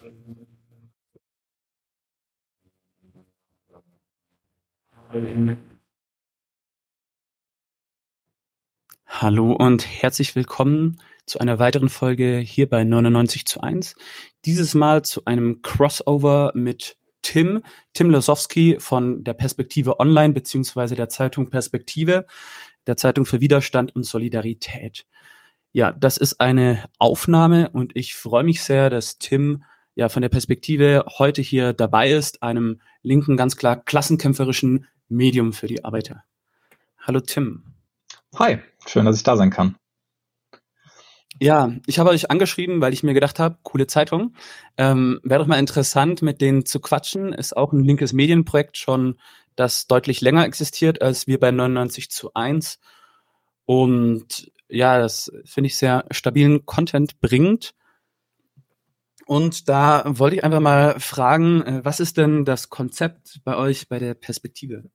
Hallo und herzlich willkommen zu einer weiteren Folge hier bei 99:1. Dieses Mal zu einem Crossover mit Tim Losowski von der Perspektive Online beziehungsweise der Zeitung Perspektive, der Zeitung für Widerstand und Solidarität. Ja, das ist eine Aufnahme und ich freue mich sehr, dass Tim ja von der Perspektive heute hier dabei ist, einem linken, ganz klar klassenkämpferischen Medium für die Arbeiter. Hallo Tim. Hi, schön, dass ich da sein kann. Ja, ich habe euch angeschrieben, weil ich mir gedacht habe, coole Zeitung. Wäre doch mal interessant, mit denen zu quatschen. Ist auch ein linkes Medienprojekt schon, das deutlich länger existiert als wir bei 99:1. Und ja, das finde ich sehr stabilen Content bringt. Und da wollte ich einfach mal fragen, was ist denn das Konzept bei euch bei der Perspektive?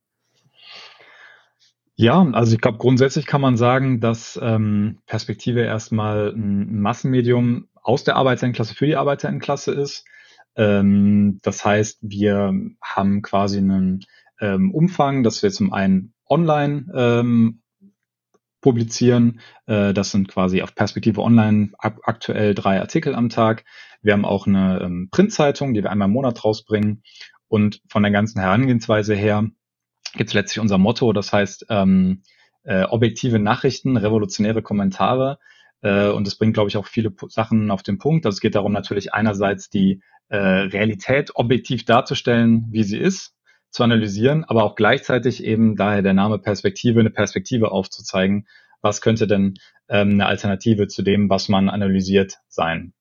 Ja, also ich glaube, grundsätzlich kann man sagen, dass Perspektive erstmal ein Massenmedium aus der Arbeiterinnenklasse für die Arbeiterinnenklasse ist. Das heißt, wir haben quasi einen Umfang, dass wir zum einen online publizieren. Das sind quasi auf Perspektive Online aktuell 3 Artikel am Tag. Wir haben auch eine Printzeitung, die wir einmal im Monat rausbringen. Und von der ganzen Herangehensweise her gibt es letztlich unser Motto, das heißt objektive Nachrichten, revolutionäre Kommentare. Und das bringt, glaube ich, auch viele Sachen auf den Punkt. Also es geht darum, natürlich einerseits die Realität objektiv darzustellen, wie sie ist, zu analysieren, aber auch gleichzeitig eben, daher der Name Perspektive, eine Perspektive aufzuzeigen. Was könnte denn eine Alternative zu dem, was man analysiert, sein?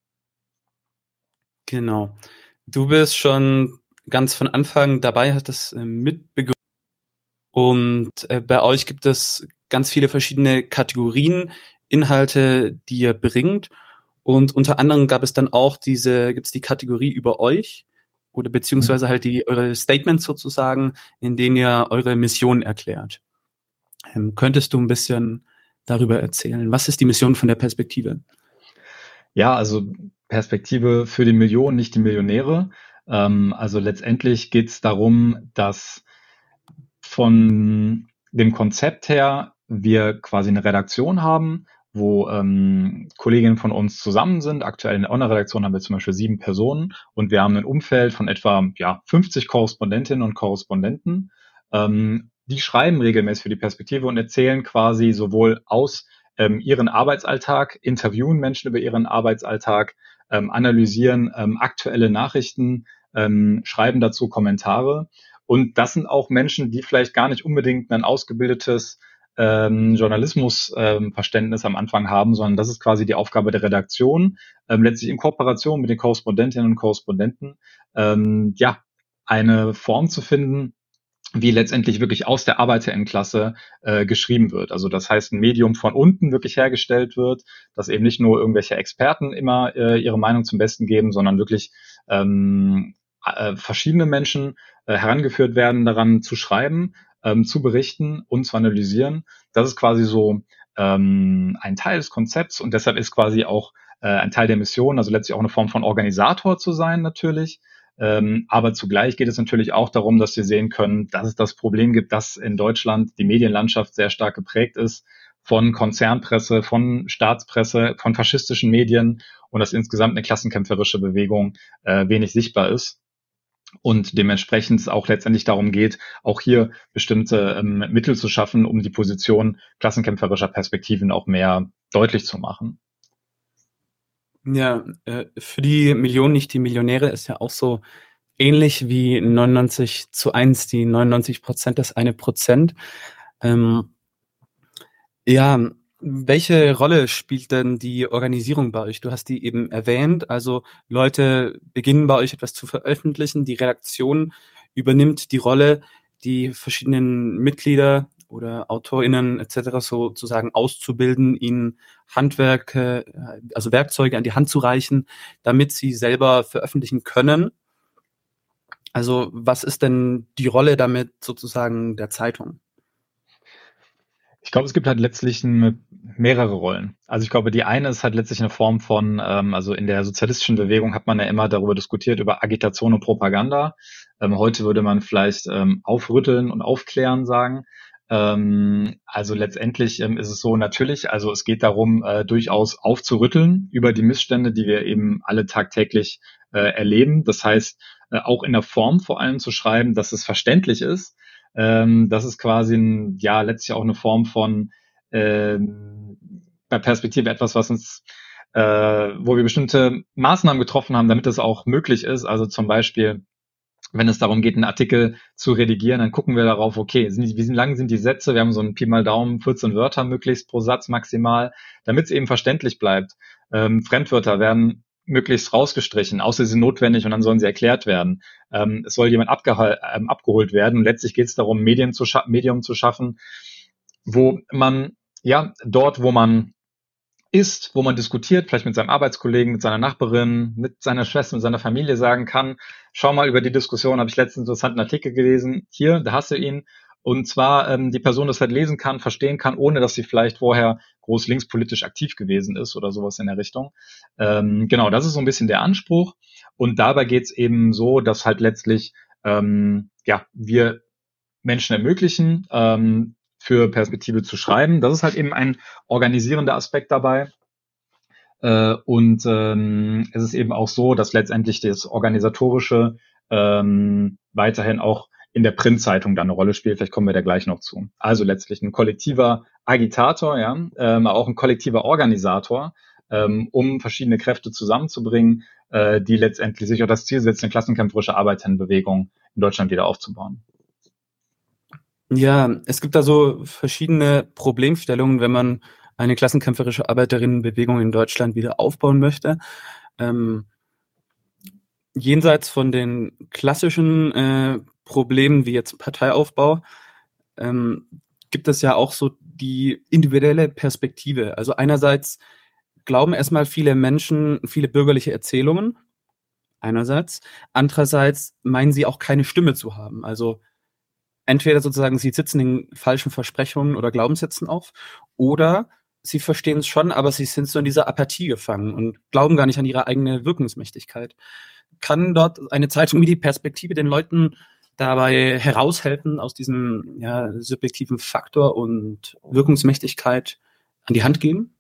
Genau. Du bist schon ganz von Anfang dabei, hast das mitbegründet. Und bei euch gibt es ganz viele verschiedene Kategorien, Inhalte, die ihr bringt. Und unter anderem gab es dann auch gibt's die Kategorie über euch oder beziehungsweise halt eure Statements sozusagen, in denen ihr eure Mission erklärt. Könntest du ein bisschen darüber erzählen? Was ist die Mission von der Perspektive? Ja, also Perspektive für die Millionen, nicht die Millionäre. Also letztendlich geht es darum, dass von dem Konzept her wir quasi eine Redaktion haben, wo Kolleginnen von uns zusammen sind. Aktuell in der Online-Redaktion haben wir zum Beispiel 7 Personen und wir haben ein Umfeld von etwa 50 Korrespondentinnen und Korrespondenten. Die schreiben regelmäßig für die Perspektive und erzählen quasi sowohl aus ihren Arbeitsalltag, interviewen Menschen über ihren Arbeitsalltag, analysieren aktuelle Nachrichten, schreiben dazu Kommentare. Und das sind auch Menschen, die vielleicht gar nicht unbedingt ein ausgebildetes Journalismusverständnis am Anfang haben, sondern das ist quasi die Aufgabe der Redaktion, letztlich in Kooperation mit den Korrespondentinnen und Korrespondenten, eine Form zu finden, wie letztendlich wirklich aus der Arbeiterinnenklasse geschrieben wird. Also das heißt, ein Medium von unten wirklich hergestellt wird, dass eben nicht nur irgendwelche Experten immer ihre Meinung zum Besten geben, sondern wirklich verschiedene Menschen herangeführt werden, daran zu schreiben, zu berichten und zu analysieren. Das ist quasi so ein Teil des Konzepts und deshalb ist quasi auch ein Teil der Mission, also letztlich auch eine Form von Organisator zu sein natürlich. Aber zugleich geht es natürlich auch darum, dass wir sehen können, dass es das Problem gibt, dass in Deutschland die Medienlandschaft sehr stark geprägt ist von Konzernpresse, von Staatspresse, von faschistischen Medien und dass insgesamt eine klassenkämpferische Bewegung wenig sichtbar ist. Und dementsprechend es auch letztendlich darum geht, auch hier bestimmte Mittel zu schaffen, um die Position klassenkämpferischer Perspektiven auch mehr deutlich zu machen. Ja, für die Millionen, nicht die Millionäre, ist ja auch so ähnlich wie 99:1, die 99%, das 1%. Ja, welche Rolle spielt denn die Organisierung bei euch? Du hast die eben erwähnt, also Leute beginnen bei euch etwas zu veröffentlichen, die Redaktion übernimmt die Rolle, die verschiedenen Mitglieder oder AutorInnen etc. sozusagen auszubilden, ihnen Handwerke, also Werkzeuge an die Hand zu reichen, damit sie selber veröffentlichen können. Also was ist denn die Rolle damit sozusagen der Zeitung? Ich glaube, es gibt halt letztlich mehrere Rollen. Also ich glaube, die eine ist halt letztlich eine Form von, also in der sozialistischen Bewegung hat man ja immer darüber diskutiert, über Agitation und Propaganda. Heute würde man vielleicht aufrütteln und aufklären sagen. Also letztendlich ist es so natürlich, also es geht darum, durchaus aufzurütteln über die Missstände, die wir eben alle tagtäglich erleben. Das heißt, auch in der Form vor allem zu schreiben, dass es verständlich ist. Das ist quasi ja, letztlich auch eine Form von bei Perspektive etwas, was uns, wo wir bestimmte Maßnahmen getroffen haben, damit es auch möglich ist. Also zum Beispiel, wenn es darum geht, einen Artikel zu redigieren, dann gucken wir darauf, okay, wie lang sind die Sätze? Wir haben so einen Pi mal Daumen, 14 Wörter möglichst pro Satz maximal, damit es eben verständlich bleibt. Fremdwörter werden möglichst rausgestrichen, außer sie sind notwendig und dann sollen sie erklärt werden. Es soll jemand abgeholt werden. Und letztlich geht es darum, Medium zu schaffen, wo man, ja, dort, wo man ist, wo man diskutiert, vielleicht mit seinem Arbeitskollegen, mit seiner Nachbarin, mit seiner Schwester, mit seiner Familie sagen kann, schau mal, über die Diskussion habe ich letztens einen interessanten Artikel gelesen, hier, da hast du ihn. Und zwar die Person das halt lesen kann, verstehen kann, ohne dass sie vielleicht vorher groß linkspolitisch aktiv gewesen ist oder sowas in der Richtung. Genau, das ist so ein bisschen der Anspruch. Und dabei geht es eben so, dass halt letztlich ja, wir Menschen ermöglichen, für Perspektive zu schreiben. Das ist halt eben ein organisierender Aspekt dabei. Und es ist eben auch so, dass letztendlich das Organisatorische weiterhin auch in der Printzeitung dann eine Rolle spielt. Vielleicht kommen wir da gleich noch zu. Also letztlich ein kollektiver Agitator, ja, auch ein kollektiver Organisator, um verschiedene Kräfte zusammenzubringen, die letztendlich sich auch das Ziel setzen, eine klassenkämpferische Arbeiterbewegung in Deutschland wieder aufzubauen. Ja, es gibt da so verschiedene Problemstellungen, wenn man eine klassenkämpferische Arbeiterinnenbewegung in Deutschland wieder aufbauen möchte. Jenseits von den klassischen Problemen wie jetzt Parteiaufbau gibt es ja auch so die individuelle Perspektive. Also einerseits glauben erstmal viele Menschen, viele bürgerliche Erzählungen, einerseits. Andererseits meinen sie auch keine Stimme zu haben. Also entweder sozusagen, sie sitzen in falschen Versprechungen oder Glaubenssätzen auf, oder sie verstehen es schon, aber sie sind so in dieser Apathie gefangen und glauben gar nicht an ihre eigene Wirkungsmächtigkeit. Kann dort eine Zeitung wie die Perspektive den Leuten dabei heraushelfen, aus diesem subjektiven Faktor und Wirkungsmächtigkeit an die Hand geben?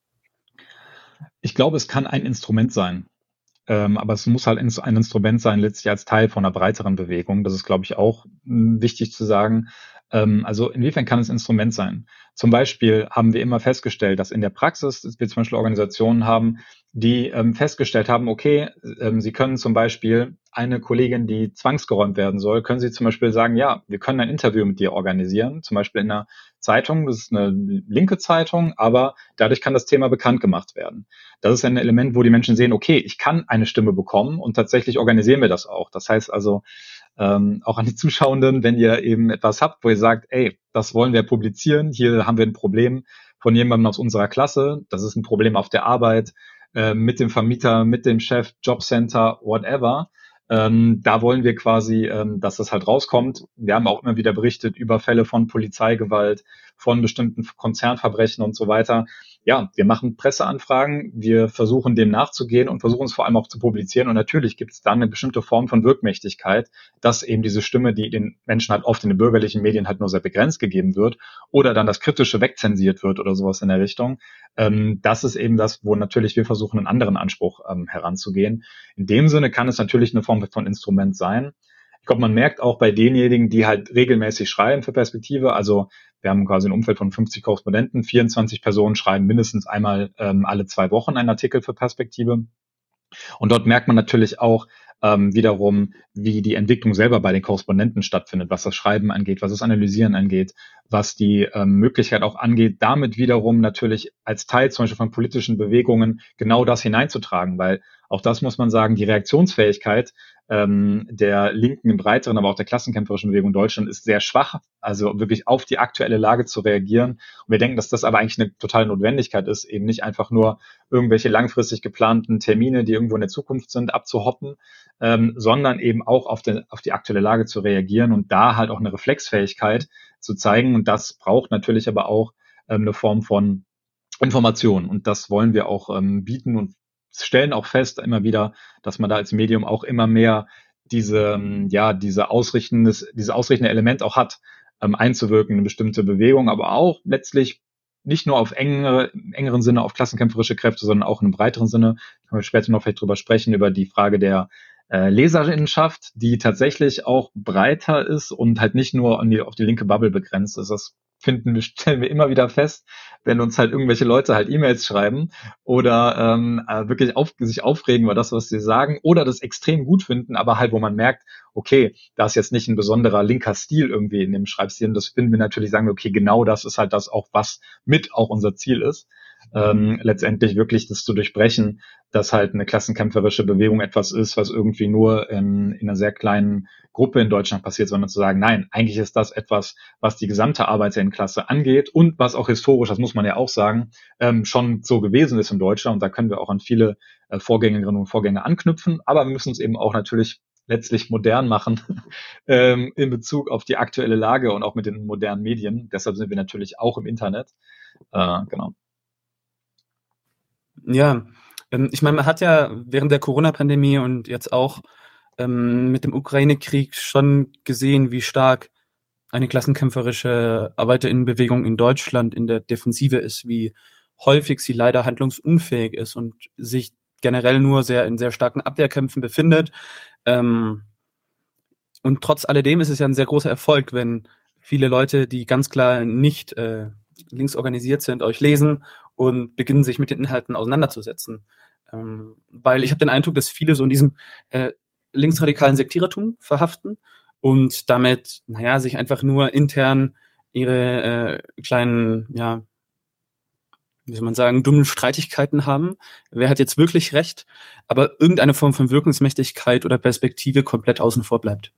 Ich glaube, es kann ein Instrument sein. Aber es muss halt ein Instrument sein, letztlich als Teil von einer breiteren Bewegung. Das ist, glaube ich, auch wichtig zu sagen. Also inwiefern kann es Instrument sein? Zum Beispiel haben wir immer festgestellt, dass in der Praxis wir zum Beispiel Organisationen haben, die festgestellt haben, okay, sie können zum Beispiel eine Kollegin, die zwangsgeräumt werden soll, können sie zum Beispiel sagen, ja, wir können ein Interview mit dir organisieren, zum Beispiel in einer Zeitung, das ist eine linke Zeitung, aber dadurch kann das Thema bekannt gemacht werden. Das ist ein Element, wo die Menschen sehen, okay, ich kann eine Stimme bekommen und tatsächlich organisieren wir das auch. Das heißt also, auch an die Zuschauenden, wenn ihr eben etwas habt, wo ihr sagt, ey, das wollen wir publizieren, hier haben wir ein Problem von jemandem aus unserer Klasse, das ist ein Problem auf der Arbeit, mit dem Vermieter, mit dem Chef, Jobcenter, whatever. Da wollen wir quasi, dass das halt rauskommt. Wir haben auch immer wieder berichtet über Fälle von Polizeigewalt, von bestimmten Konzernverbrechen und so weiter. Ja, wir machen Presseanfragen, wir versuchen dem nachzugehen und versuchen es vor allem auch zu publizieren. Und natürlich gibt es dann eine bestimmte Form von Wirkmächtigkeit, dass eben diese Stimme, die den Menschen halt oft in den bürgerlichen Medien halt nur sehr begrenzt gegeben wird, oder dann das Kritische wegzensiert wird oder sowas in der Richtung. Das ist eben das, wo natürlich wir versuchen, einen anderen Anspruch heranzugehen. In dem Sinne kann es natürlich eine Form von Instrument sein. Ich glaube, man merkt auch bei denjenigen, die halt regelmäßig schreiben für Perspektive, also wir haben quasi ein Umfeld von 50 Korrespondenten, 24 Personen schreiben mindestens einmal alle 2 Wochen einen Artikel für Perspektive. Und dort merkt man natürlich auch wiederum, wie die Entwicklung selber bei den Korrespondenten stattfindet, was das Schreiben angeht, was das Analysieren angeht, was die Möglichkeit auch angeht, damit wiederum natürlich als Teil zum Beispiel von politischen Bewegungen genau das hineinzutragen, weil auch das muss man sagen, die Reaktionsfähigkeit der Linken im Breiteren, aber auch der klassenkämpferischen Bewegung in Deutschland ist sehr schwach, also wirklich auf die aktuelle Lage zu reagieren. Und wir denken, dass das aber eigentlich eine totale Notwendigkeit ist, eben nicht einfach nur irgendwelche langfristig geplanten Termine, die irgendwo in der Zukunft sind, abzuhoppen, sondern eben auch auf die aktuelle Lage zu reagieren und da halt auch eine Reflexfähigkeit zu zeigen. Und das braucht natürlich aber auch eine Form von Information. Und das wollen wir auch bieten und stellen auch fest immer wieder, dass man da als Medium auch immer mehr dieses ausrichtende Element auch hat, einzuwirken in eine bestimmte Bewegung, aber auch letztlich nicht nur auf engeren Sinne auf klassenkämpferische Kräfte, sondern auch in einem breiteren Sinne. Können wir später noch vielleicht drüber sprechen, über die Frage der Leserinnenschaft, die tatsächlich auch breiter ist und halt nicht nur auf die linke Bubble begrenzt ist. Das stellen wir immer wieder fest, wenn uns halt irgendwelche Leute halt E-Mails schreiben oder wirklich sich aufregen über das, was sie sagen, oder das extrem gut finden, aber halt, wo man merkt, okay, da ist jetzt nicht ein besonderer linker Stil irgendwie in dem Schreibstil. Und das finden wir natürlich, sagen wir, okay, genau das ist halt das auch, was mit auch unser Ziel ist. Letztendlich wirklich das zu durchbrechen, dass halt eine klassenkämpferische Bewegung etwas ist, was irgendwie nur in einer sehr kleinen Gruppe in Deutschland passiert, sondern zu sagen, nein, eigentlich ist das etwas, was die gesamte Arbeiterinnenklasse angeht und was auch historisch, das muss man ja auch sagen, schon so gewesen ist in Deutschland. Und da können wir auch an viele Vorgängerinnen und Vorgänger anknüpfen. Aber wir müssen uns eben auch natürlich letztlich modern machen in Bezug auf die aktuelle Lage und auch mit den modernen Medien. Deshalb sind wir natürlich auch im Internet. Genau. Ja, ich meine, man hat ja während der Corona-Pandemie und jetzt auch mit dem Ukraine-Krieg schon gesehen, wie stark eine klassenkämpferische Arbeiterinnenbewegung in Deutschland in der Defensive ist, wie häufig sie leider handlungsunfähig ist und sich generell nur in sehr starken Abwehrkämpfen befindet. Und trotz alledem ist es ja ein sehr großer Erfolg, wenn viele Leute, die ganz klar nicht links organisiert sind, euch lesen und beginnen, sich mit den Inhalten auseinanderzusetzen. Weil ich habe den Eindruck, dass viele so in diesem linksradikalen Sektierertum verhaften und damit, sich einfach nur intern ihre kleinen, wie soll man sagen, dummen Streitigkeiten haben. Wer hat jetzt wirklich recht? Aber irgendeine Form von Wirkungsmächtigkeit oder Perspektive komplett außen vor bleibt.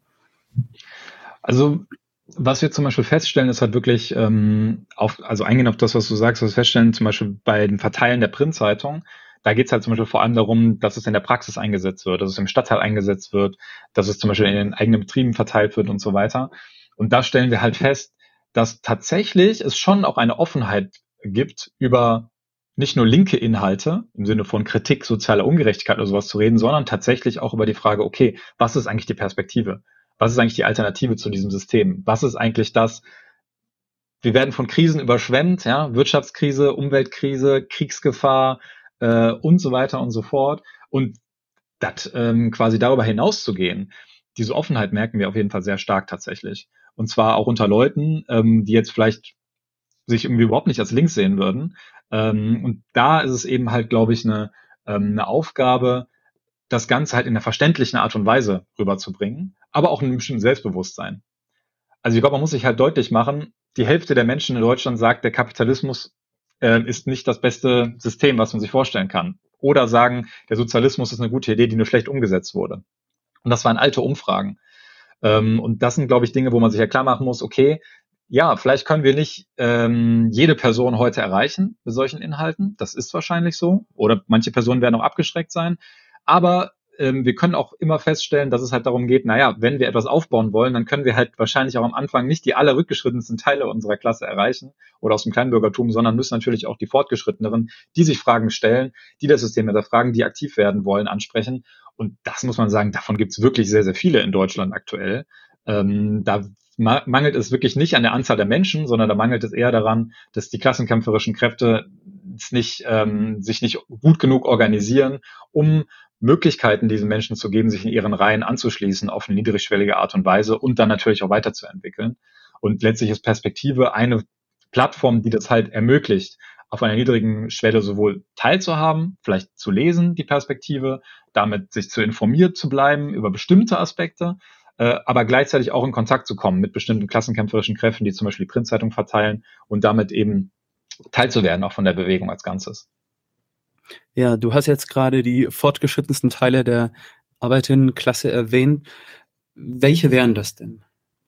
Also, was wir zum Beispiel feststellen, ist halt wirklich, also eingehen auf das, was du sagst, was wir feststellen, zum Beispiel bei dem Verteilen der Printzeitung, da geht es halt zum Beispiel vor allem darum, dass es in der Praxis eingesetzt wird, dass es im Stadtteil eingesetzt wird, dass es zum Beispiel in den eigenen Betrieben verteilt wird und so weiter. Und da stellen wir halt fest, dass tatsächlich es schon auch eine Offenheit gibt, über nicht nur linke Inhalte im Sinne von Kritik sozialer Ungerechtigkeit oder sowas zu reden, sondern tatsächlich auch über die Frage, okay, was ist eigentlich die Perspektive? Was ist eigentlich die Alternative zu diesem System? Was ist eigentlich das? Wir werden von Krisen überschwemmt, ja, Wirtschaftskrise, Umweltkrise, Kriegsgefahr und so weiter und so fort. Und das quasi darüber hinauszugehen, diese Offenheit merken wir auf jeden Fall sehr stark tatsächlich. Und zwar auch unter Leuten, die jetzt vielleicht sich irgendwie überhaupt nicht als links sehen würden. Und da ist es eben halt, glaube ich, eine Aufgabe, das Ganze halt in einer verständlichen Art und Weise rüberzubringen, aber auch in einem bestimmten Selbstbewusstsein. Also ich glaube, man muss sich halt deutlich machen, die Hälfte der Menschen in Deutschland sagt, der Kapitalismus ist nicht das beste System, was man sich vorstellen kann. Oder sagen, der Sozialismus ist eine gute Idee, die nur schlecht umgesetzt wurde. Und das waren alte Umfragen. Und das sind, glaube ich, Dinge, wo man sich ja klar machen muss, okay, ja, vielleicht können wir nicht jede Person heute erreichen mit solchen Inhalten. Das ist wahrscheinlich so. Oder manche Personen werden auch abgeschreckt sein. Aber wir können auch immer feststellen, dass es halt darum geht, wenn wir etwas aufbauen wollen, dann können wir halt wahrscheinlich auch am Anfang nicht die allerrückgeschrittensten Teile unserer Klasse erreichen oder aus dem Kleinbürgertum, sondern müssen natürlich auch die Fortgeschritteneren, die sich Fragen stellen, die das System hinterfragen, die aktiv werden wollen, ansprechen. Und das muss man sagen, davon gibt es wirklich sehr, sehr viele in Deutschland aktuell. Da mangelt es wirklich nicht an der Anzahl der Menschen, sondern da mangelt es eher daran, dass die klassenkämpferischen Kräfte sich nicht gut genug organisieren, um Möglichkeiten diesen Menschen zu geben, sich in ihren Reihen anzuschließen auf eine niedrigschwellige Art und Weise und dann natürlich auch weiterzuentwickeln. Und letztlich ist Perspektive eine Plattform, die das halt ermöglicht, auf einer niedrigen Schwelle sowohl teilzuhaben, vielleicht zu lesen, die Perspektive, damit sich zu informiert zu bleiben über bestimmte Aspekte, aber gleichzeitig auch in Kontakt zu kommen mit bestimmten klassenkämpferischen Kräften, die zum Beispiel die Printzeitung verteilen und damit eben teilzuwerden auch von der Bewegung als Ganzes. Ja, du hast jetzt gerade die fortgeschrittensten Teile der Arbeiterinnenklasse erwähnt. Welche wären das denn?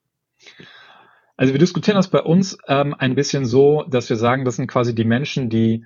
Also wir diskutieren das bei uns ein bisschen so, dass wir sagen, das sind quasi die Menschen, die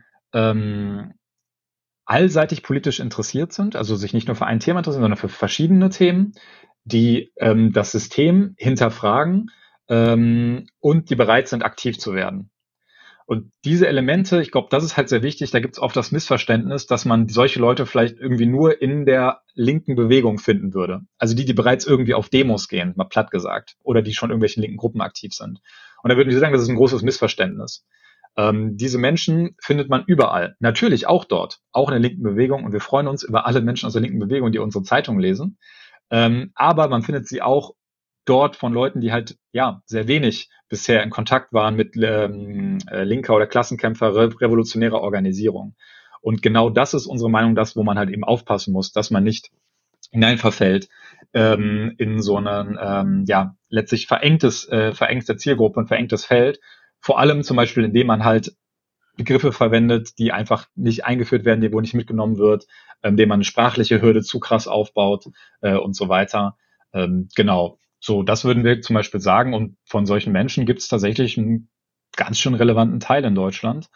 allseitig politisch interessiert sind, also sich nicht nur für ein Thema interessieren, sondern für verschiedene Themen, die das System hinterfragen, und die bereit sind, aktiv zu werden. Und diese Elemente, ich glaube, das ist halt sehr wichtig. Da gibt es oft das Missverständnis, dass man solche Leute vielleicht irgendwie nur in der linken Bewegung finden würde. Also die bereits irgendwie auf Demos gehen, mal platt gesagt, oder die schon in irgendwelchen linken Gruppen aktiv sind. Und da würde ich sagen, das ist ein großes Missverständnis. Diese Menschen findet man überall. Natürlich auch dort, auch in der linken Bewegung. Und wir freuen uns über alle Menschen aus der linken Bewegung, die unsere Zeitung lesen. Aber man findet sie auch dort von Leuten, die halt ja sehr wenig bisher in Kontakt waren mit linker oder Klassenkämpfer, revolutionärer Organisierung. Und genau das ist unsere Meinung, das, wo man halt eben aufpassen muss, dass man nicht hineinverfällt in so einen ja letztlich verengte Zielgruppe und verengtes Feld. Vor allem zum Beispiel, indem man halt Begriffe verwendet, die einfach nicht eingeführt werden, die wo nicht mitgenommen wird, indem man eine sprachliche Hürde zu krass aufbaut und so weiter. Genau. So, das würden wir zum Beispiel sagen. Und von solchen Menschen gibt es tatsächlich einen ganz schön relevanten Teil in Deutschland,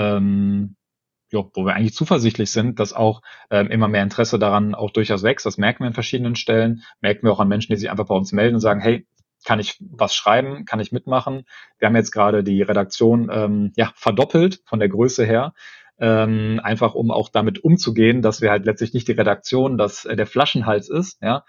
ja, wo wir eigentlich zuversichtlich sind, dass auch immer mehr Interesse daran auch durchaus wächst. Das merken wir an verschiedenen Stellen, merken wir auch an Menschen, die sich einfach bei uns melden und sagen, hey, kann ich was schreiben, kann ich mitmachen? Wir haben jetzt gerade die Redaktion ja verdoppelt von der Größe her, einfach um auch damit umzugehen, dass wir halt letztlich nicht die Redaktion, dass der Flaschenhals ist, ja,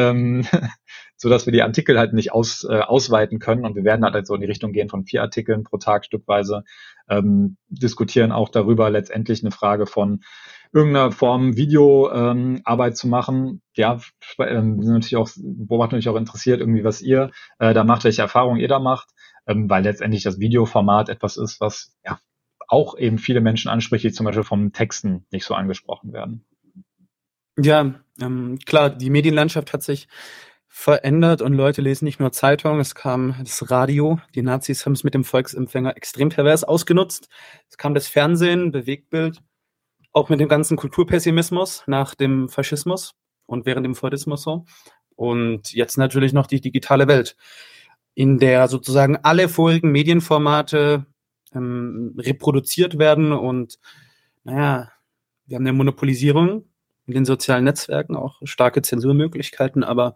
so dass wir die Artikel halt nicht ausweiten können, und wir werden halt so in die Richtung gehen von 4 Artikeln pro Tag stückweise, diskutieren auch darüber, letztendlich eine Frage von irgendeiner Form Videoarbeit zu machen. Ja, sind natürlich auch, beobachten natürlich auch interessiert, irgendwie, was ihr da macht, welche Erfahrungen ihr da macht, weil letztendlich das Videoformat etwas ist, was ja auch eben viele Menschen anspricht, die zum Beispiel vom Texten nicht so angesprochen werden. Ja, klar, die Medienlandschaft hat sich verändert und Leute lesen nicht nur Zeitungen, es kam das Radio, die Nazis haben es mit dem Volksempfänger extrem pervers ausgenutzt, es kam das Fernsehen, Bewegtbild, auch mit dem ganzen Kulturpessimismus nach dem Faschismus und während dem Fordismus so, und jetzt natürlich noch die digitale Welt, in der sozusagen alle vorigen Medienformate reproduziert werden und naja, wir haben eine Monopolisierung in den sozialen Netzwerken, auch starke Zensurmöglichkeiten, aber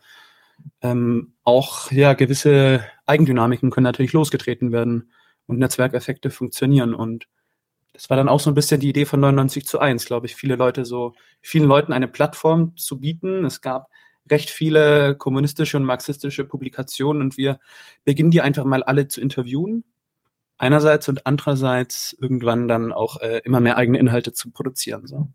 auch ja gewisse Eigendynamiken können natürlich losgetreten werden und Netzwerkeffekte funktionieren. Und das war dann auch so ein bisschen die Idee von 99:1, glaube ich, vielen Leuten eine Plattform zu bieten. Es gab recht viele kommunistische und marxistische Publikationen und wir beginnen die einfach mal alle zu interviewen. Einerseits und andererseits irgendwann dann auch immer mehr eigene Inhalte zu produzieren. So.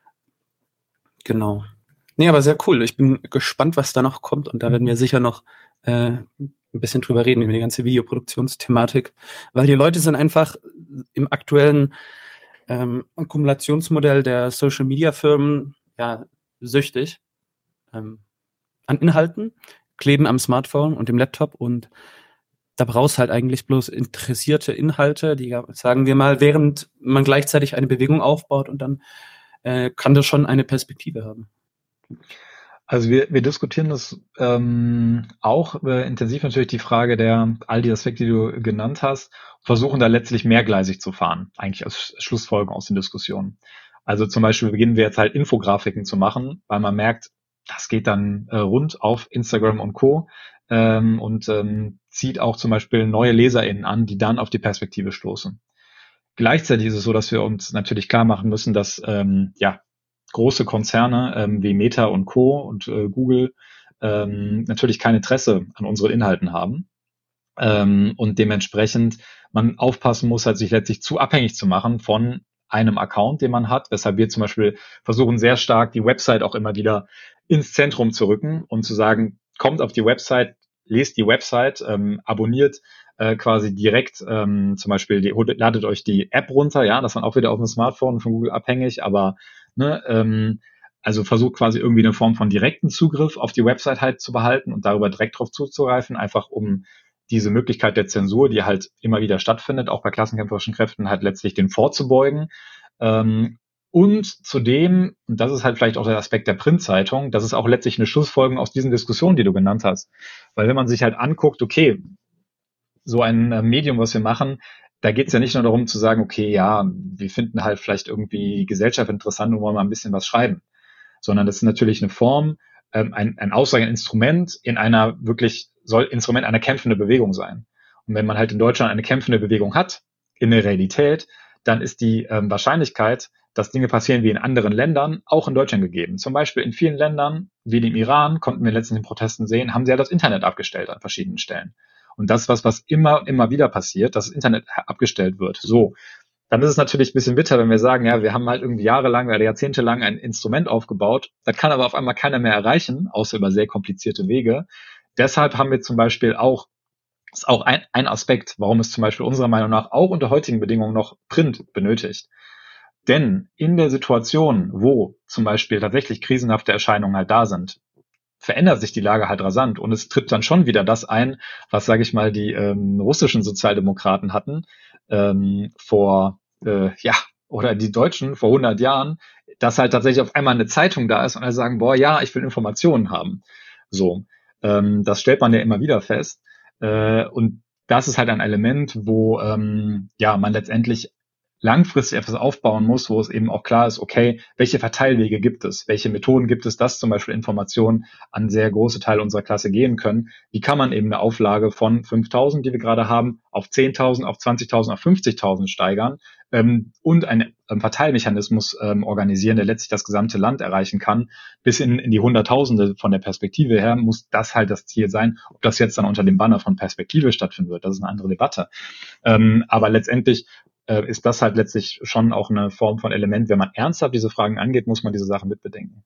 Genau. Nee, aber sehr cool. Ich bin gespannt, was da noch kommt. Und da werden wir sicher noch ein bisschen drüber reden, über die ganze Videoproduktionsthematik. Weil die Leute sind einfach im aktuellen Akkumulationsmodell der Social-Media-Firmen ja süchtig an Inhalten, kleben am Smartphone und dem Laptop, und da brauchst halt eigentlich bloß interessierte Inhalte, die, sagen wir mal, während man gleichzeitig eine Bewegung aufbaut, und dann kann das schon eine Perspektive haben. Also wir diskutieren das auch intensiv, natürlich die Frage der all die Aspekte, die du genannt hast, versuchen da letztlich mehrgleisig zu fahren, eigentlich als Schlussfolgerung aus den Diskussionen. Also zum Beispiel beginnen wir jetzt halt Infografiken zu machen, weil man merkt, das geht dann rund auf Instagram und Co. Und zieht auch zum Beispiel neue LeserInnen an, die dann auf die Perspektive stoßen. Gleichzeitig ist es so, dass wir uns natürlich klar machen müssen, dass ja große Konzerne wie Meta und Co. und Google natürlich kein Interesse an unseren Inhalten haben. Und dementsprechend man aufpassen muss, halt sich letztlich zu abhängig zu machen von einem Account, den man hat, weshalb wir zum Beispiel versuchen, sehr stark die Website auch immer wieder ins Zentrum zu rücken und zu sagen, kommt auf die Website, lest die Website, abonniert quasi direkt, zum Beispiel ladet euch die App runter, ja, das ist dann auch wieder auf dem Smartphone von Google abhängig, aber ne, also versucht quasi irgendwie eine Form von direkten Zugriff auf die Website halt zu behalten und darüber direkt drauf zuzugreifen, einfach um diese Möglichkeit der Zensur, die halt immer wieder stattfindet, auch bei klassenkämpferischen Kräften, halt letztlich den vorzubeugen. Und zudem, und das ist halt vielleicht auch der Aspekt der Printzeitung, das ist auch letztlich eine Schlussfolgerung aus diesen Diskussionen, die du genannt hast. Weil wenn man sich halt anguckt, okay, so ein Medium, was wir machen, da geht es ja nicht nur darum zu sagen, okay, ja, wir finden halt vielleicht irgendwie die Gesellschaft interessant und wollen mal ein bisschen was schreiben, sondern das ist natürlich eine Form, ein Instrument in einer wirklich soll Instrument einer kämpfenden Bewegung sein. Und wenn man halt in Deutschland eine kämpfende Bewegung hat, in der Realität, dann ist die Wahrscheinlichkeit, dass Dinge passieren wie in anderen Ländern, auch in Deutschland gegeben. Zum Beispiel in vielen Ländern, wie dem Iran, konnten wir letztens in den Protesten sehen, haben sie ja das Internet abgestellt an verschiedenen Stellen. Und das ist was immer wieder passiert, dass das Internet abgestellt wird. So, dann ist es natürlich ein bisschen bitter, wenn wir sagen, ja, wir haben halt irgendwie jahrelang oder jahrzehntelang ein Instrument aufgebaut, das kann aber auf einmal keiner mehr erreichen, außer über sehr komplizierte Wege. Deshalb haben wir zum Beispiel auch, ist auch ein Aspekt, warum es zum Beispiel unserer Meinung nach auch unter heutigen Bedingungen noch Print benötigt. Denn in der Situation, wo zum Beispiel tatsächlich krisenhafte Erscheinungen halt da sind, verändert sich die Lage halt rasant und es tritt dann schon wieder das ein, was, sage ich mal, die russischen Sozialdemokraten hatten oder die Deutschen vor 100 Jahren, dass halt tatsächlich auf einmal eine Zeitung da ist und alle sagen, boah, ja, ich will Informationen haben. So, das stellt man ja immer wieder fest und das ist halt ein Element, wo man letztendlich langfristig etwas aufbauen muss, wo es eben auch klar ist, okay, welche Verteilwege gibt es, welche Methoden gibt es, dass zum Beispiel Informationen an sehr große Teile unserer Klasse gehen können. Wie kann man eben eine Auflage von 5.000, die wir gerade haben, auf 10.000, auf 20.000, auf 50.000 steigern und einen Verteilmechanismus organisieren, der letztlich das gesamte Land erreichen kann, bis in die Hunderttausende von der Perspektive her, muss das halt das Ziel sein. Ob das jetzt dann unter dem Banner von Perspektive stattfinden wird, das ist eine andere Debatte. Aber letztendlich ist das halt letztlich schon auch eine Form von Element. Wenn man ernsthaft diese Fragen angeht, muss man diese Sachen mitbedenken.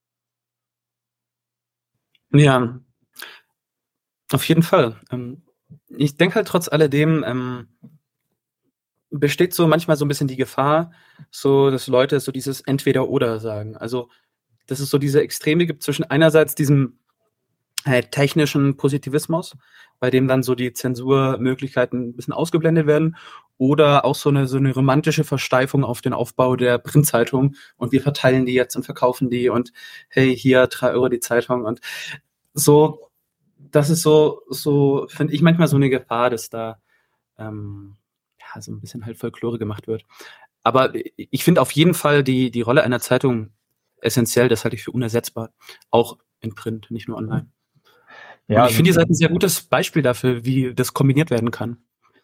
Ja, auf jeden Fall. Ich denke halt trotz alledem besteht so manchmal so ein bisschen die Gefahr, so dass Leute so dieses Entweder-Oder sagen. Also, dass es so diese Extreme gibt zwischen einerseits diesem technischen Positivismus, bei dem dann so die Zensurmöglichkeiten ein bisschen ausgeblendet werden, oder auch so eine romantische Versteifung auf den Aufbau der Printzeitung und wir verteilen die jetzt und verkaufen die und hey, hier 3 € die Zeitung und so, das ist so finde ich manchmal so eine Gefahr, dass da so ein bisschen halt Folklore gemacht wird. Aber ich finde auf jeden Fall die Rolle einer Zeitung essentiell, das halte ich für unersetzbar, auch in Print, nicht nur online. Ja, und ich finde, ihr seid ein sehr gutes Beispiel dafür, wie das kombiniert werden kann.